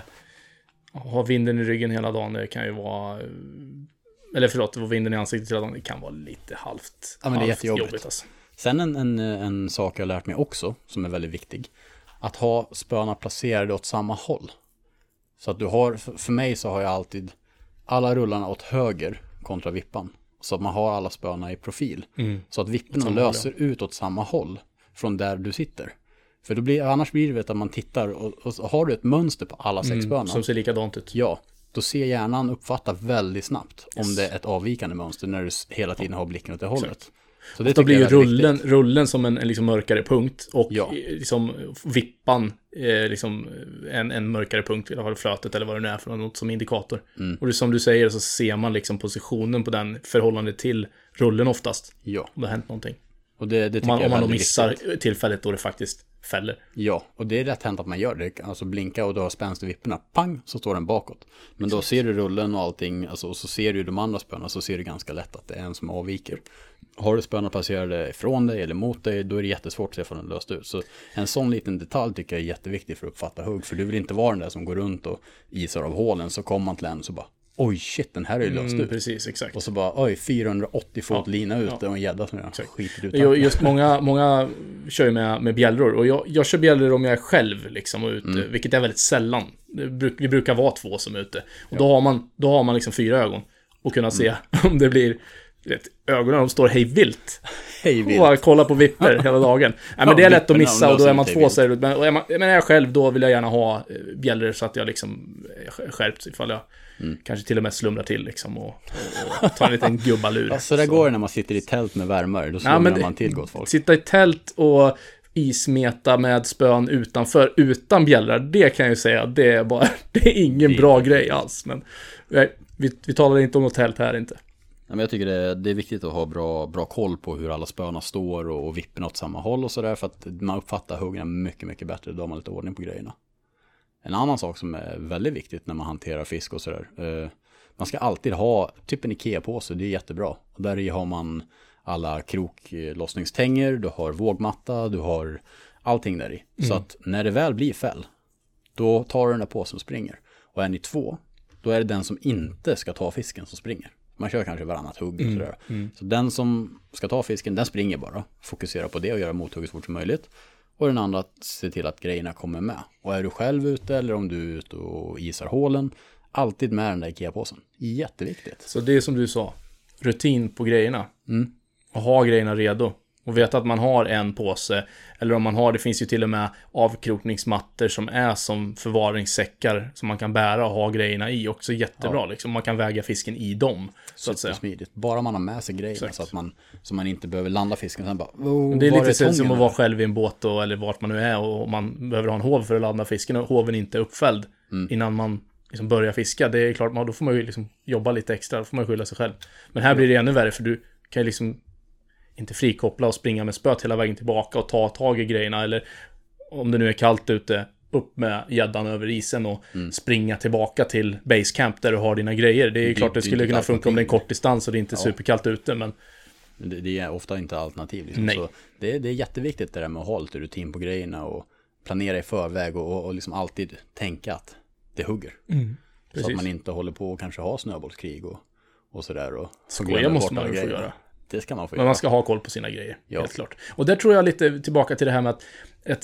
ha vinden i ryggen hela dagen, det kan ju vara... Eller förlåt, det var vinden i ansiktet hela dagen. Det kan vara lite halvt, ja, men det är jättejobbigt. Jobbigt, alltså. Sen en, en, en sak jag har lärt mig också, som är väldigt viktig. Att ha spöna placerade åt samma håll. Så att du har, för mig så har jag alltid alla rullarna åt höger kontra vippan. Så att man har alla spöna i profil. Mm. Så att vipporna löser håll, ja. ut åt samma håll från där du sitter. För då blir, annars blir det vet, att man tittar och, och har du ett mönster på alla sex mm, spöna. Som ser likadant ut. Ja. Då ser hjärnan uppfatta väldigt snabbt yes. om det är ett avvikande mönster när du hela tiden har blicken åt det hållet. Exakt. Så det då blir ju rullen, rullen som en, en liksom mörkare punkt och ja. liksom vippan eh, liksom en, en mörkare punkt, i alla fall flötet eller vad det nu är för något som indikator. Mm. Och det, som du säger så ser man liksom positionen på den förhållande till rullen oftast. Ja. Om det har hänt någonting. Och det, det om man, om man då missar viktigt. Tillfället då det faktiskt fäller. Ja, och det är rätt hänt att man gör det. Alltså blinka och då har spänst i vipporna. Pang, så står den bakåt. Men exakt. Då ser du rullen och allting. Alltså, och så ser du de andra spöna. Så ser du ganska lätt att det är en som avviker. Har du spöna placerade ifrån dig eller mot dig, då är det jättesvårt att se för den löst ut. Så en sån liten detalj tycker jag är jätteviktig för att uppfatta hugg. För du vill inte vara den där som går runt och isar av hålen. Så kommer man till en så bara oj shit, den här är ju löst Mm, ut. precis, exakt. Och så bara, oj, fyrahundraåttio fot Ja, lina ute ja. och en gädda som jag Exakt. skiter ut. Jo, just många, många kör ju med, med bjällror. Och jag, jag kör bjällror om jag är själv liksom och ute, Mm. vilket är väldigt sällan. Det bruk, vi brukar vara två som är ute. Och ja. då, har man, då har man liksom fyra ögon och kunna se mm. om det blir... Vet, ögonen de står hej vilt. Hej vilt. Och kolla på vipper hela dagen. Nej, men det är lätt att missa och då är man två säger du. Men, men är jag själv då vill jag gärna ha bjällror så att jag liksom skärpt ifall jag mm. kanske till och med slumrar till liksom och, och, och tar en liten gubbalur. Ja, så det går när man sitter i tält med värmare. Då slumrar ja, man till gott folk. Sitta i tält och ismeta med spön utanför utan bjällrar, det kan jag ju säga, det är bara det är ingen det bra är grej alls. Men nej, vi, vi talar inte om något tält här inte. Ja, men jag tycker det är, det är viktigt att ha bra, bra koll på hur alla spöna står och, och vippen åt samma håll och sådär, för att man uppfattar huggarna mycket, mycket bättre då har man lite ordning på grejerna. En annan sak som är väldigt viktigt när man hanterar fisk och sådär, eh, man ska alltid ha typ en Ikea-påse, det är jättebra. Och där i har man alla kroklossningstänger, du har vågmatta, du har allting där i. Mm. Så att när det väl blir fäll, då tar du den där påsen och springer. Och är ni två, då är det den som inte ska ta fisken som springer. Man kör kanske varannat hugg och sådär. Mm, mm. Så den som ska ta fisken, den springer bara. Fokuserar på det och göra mothugget så fort som möjligt. Och den andra ser till att grejerna kommer med. Och är du själv ute eller om du är ute och isar hålen, alltid med den där Ikea-påsen. Jätteviktigt. Så det är som du sa, rutin på grejerna. Mm. Och ha grejerna redo. Och veta att man har en påse. Eller om man har, det finns ju till och med avkrokningsmattor som är som förvaringssäckar som man kan bära och ha grejerna i. Också jättebra, ja. Liksom. Man kan väga fisken i dem. Så att säga. Smidigt. Bara man har med sig grejerna. Exakt. Så att man, så man inte behöver landa fisken. Sen bara, oh, det är lite är som att vara själv i en båt då, eller vart man nu är. Och man behöver ha en hov för att landa fisken. Och hoven inte är uppfälld mm. innan man liksom börjar fiska. Det är klart, då får man ju liksom jobba lite extra. Då får man skylla sig själv. Men här blir det ännu värre, för du kan ju liksom inte frikoppla och springa med spöt hela vägen tillbaka och ta tag i grejerna, eller om det nu är kallt ute, upp med gäddan över isen och mm. springa tillbaka till basecamp där du har dina grejer. Det är ju klart det, det skulle kunna funka om det är en kort distans och det är inte ja. superkallt ute, men det, det är ofta inte alternativ liksom. Nej. Så det, det är jätteviktigt det där med att ha lite rutin på grejerna och planera i förväg och, och liksom alltid tänka att det hugger. Mm. Så att man inte håller på och kanske ha snöbollskrig och, och sådär. Och så det måste man ju få göra. Det ska man få Men göra. man ska ha koll på sina grejer, ja. helt klart. Och där tror jag lite tillbaka till det här med att ett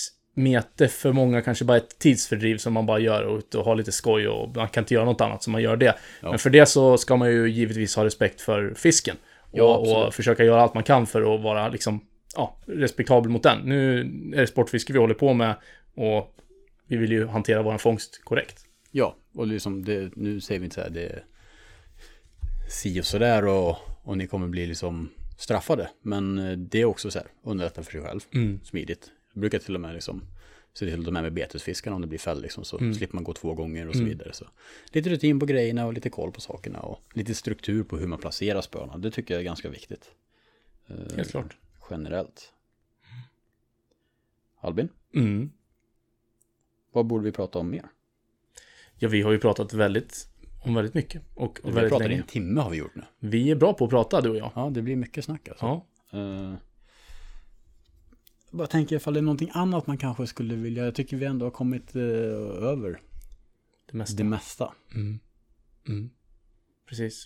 ismete för många kanske bara är ett tidsfördriv som man bara gör och, och har lite skoj och man kan inte göra något annat så man gör det. Ja. Men för det så ska man ju givetvis ha respekt för fisken. Ja, och, och försöka göra allt man kan för att vara liksom, ja, respektabel mot den. Nu är det sportfiske vi håller på med och vi vill ju hantera vår fångst korrekt. Ja, och liksom det, nu säger vi inte så här, det är si och sådär och, och ni kommer bli liksom straffade. Men det är också så här, underlätta för sig själv. Mm. Smidigt. Jag brukar till och med liksom se till att de är med betesfiskarna om det blir fäll liksom, så mm. slipper man gå två gånger och så vidare. Mm. Så lite rutin på grejerna och lite koll på sakerna och lite struktur på hur man placerar spöna. Det tycker jag är ganska viktigt. Helt uh, klart. Generellt. Albin? Mm. Vad borde vi prata om mer? Ja, vi har ju pratat väldigt om väldigt mycket. Och, och vi väldigt pratat länge. I en timme har vi gjort nu. Vi är bra på att prata, du och jag. Ja, det blir mycket snack alltså. Ja. Uh, jag bara tänker ifall det är någonting annat man kanske skulle vilja. Jag tycker vi ändå har kommit uh, över det mesta. Det mesta. Mm. Mm. Precis.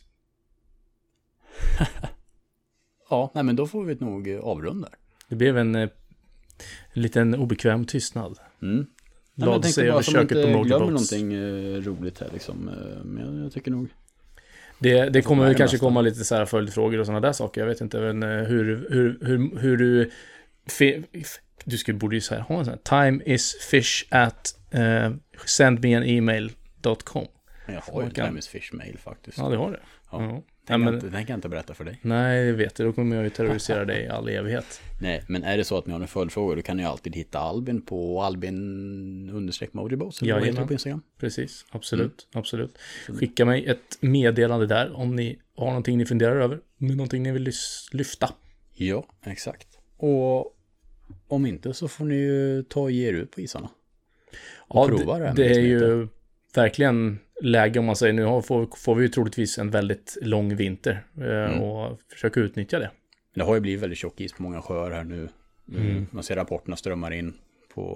Ja, nej, men då får vi nog avrunda. Det blev en, en liten obekväm tystnad. Mm. Lade sig över köket på Motorboats. Glömmer någonting uh, roligt här liksom. Uh, men jag, jag tycker nog. Det, det kommer väl kanske komma lite så här följdfrågor och sådana där saker. Jag vet inte men, uh, hur, hur, hur, hur du... Fi, du skulle borde ju så här ha en sån här time is fish at uh, send me an email dot com. Jag har ju time is fish mail faktiskt. Ja, det har det. Ja. Ja. Den, ja, kan men, inte, den kan jag inte berätta för dig. Nej, det vet jag. Då kommer jag ju terrorisera dig i all evighet. Nej, men är det så att ni har en följdfråga, då kan ni alltid hitta Albin på Albin understreck Motorboats. Ja, vad heter det på Instagram? Precis, absolut, mm. absolut. Skicka mig ett meddelande där om ni har någonting ni funderar över. Om det är någonting ni vill lyfta. Ja, exakt. Och om inte så får ni ju ta och ge er ut på isarna. Och ja, prova det. Det, det är ju verkligen läge om man säger nu får, får vi ju troligtvis en väldigt lång vinter mm. och försöka utnyttja det. Det har ju blivit väldigt tjock is på många sjöar här nu. Mm. Man ser rapporterna strömmar in på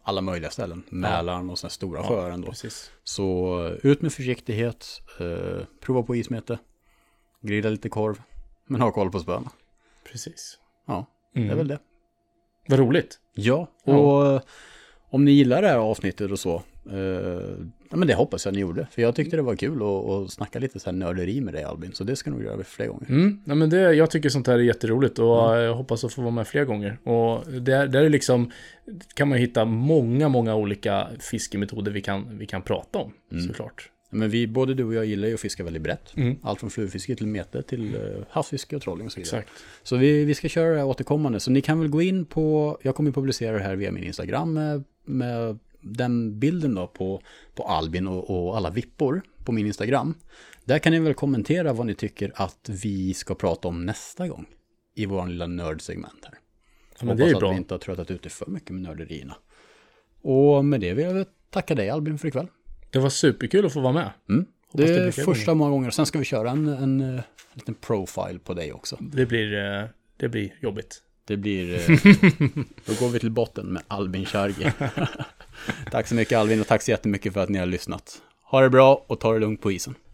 alla möjliga ställen. Mälaren och sådana stora Ja, sjöar ändå. precis. Så ut med försiktighet, eh, prova på ismete, grilla lite korv, men ha koll på spöna. Precis. Ja, Mm. det är väl det. Vad roligt. Ja, och Ja. om ni gillar det här avsnittet och så, eh, ja, men det hoppas jag ni gjorde. För jag tyckte det var kul att, att snacka lite så här nörderi med dig, Albin. Så det ska nog göra fler gånger. Mm, ja, men det, jag tycker sånt här är jätteroligt och mm. jag hoppas att få vara med fler gånger. Och där, där är liksom, kan man hitta många, många olika fiskemetoder vi kan, vi kan prata om, mm. såklart. Men vi, både du och jag gillar ju att fiska väldigt brett. Mm. Allt från flugfiske till mete till uh, havsfiske och trolling och så vidare. Exakt. Så vi, vi ska köra det här återkommande. Så ni kan väl gå in på, jag kommer publicera det här via min Instagram med, med den bilden då på, på Albin och, och alla vippor på min Instagram. Där kan ni väl kommentera vad ni tycker att vi ska prata om nästa gång i vår lilla nördsegment här. Ja, men det är ju bra. Att vi inte har tröttat ut det för mycket med nörderierna. Och med det vill jag tacka dig, Albin, för ikväll. Det var superkul att få vara med. Mm. Det är det första gånger. många gånger. Sen ska vi köra en, en, en liten profile på dig också. Det blir, det blir jobbigt. Det blir... Då går vi till botten med Albin Kärge. Tack så mycket, Albin, och tack så jättemycket för att ni har lyssnat. Ha det bra och ta det lugnt på isen.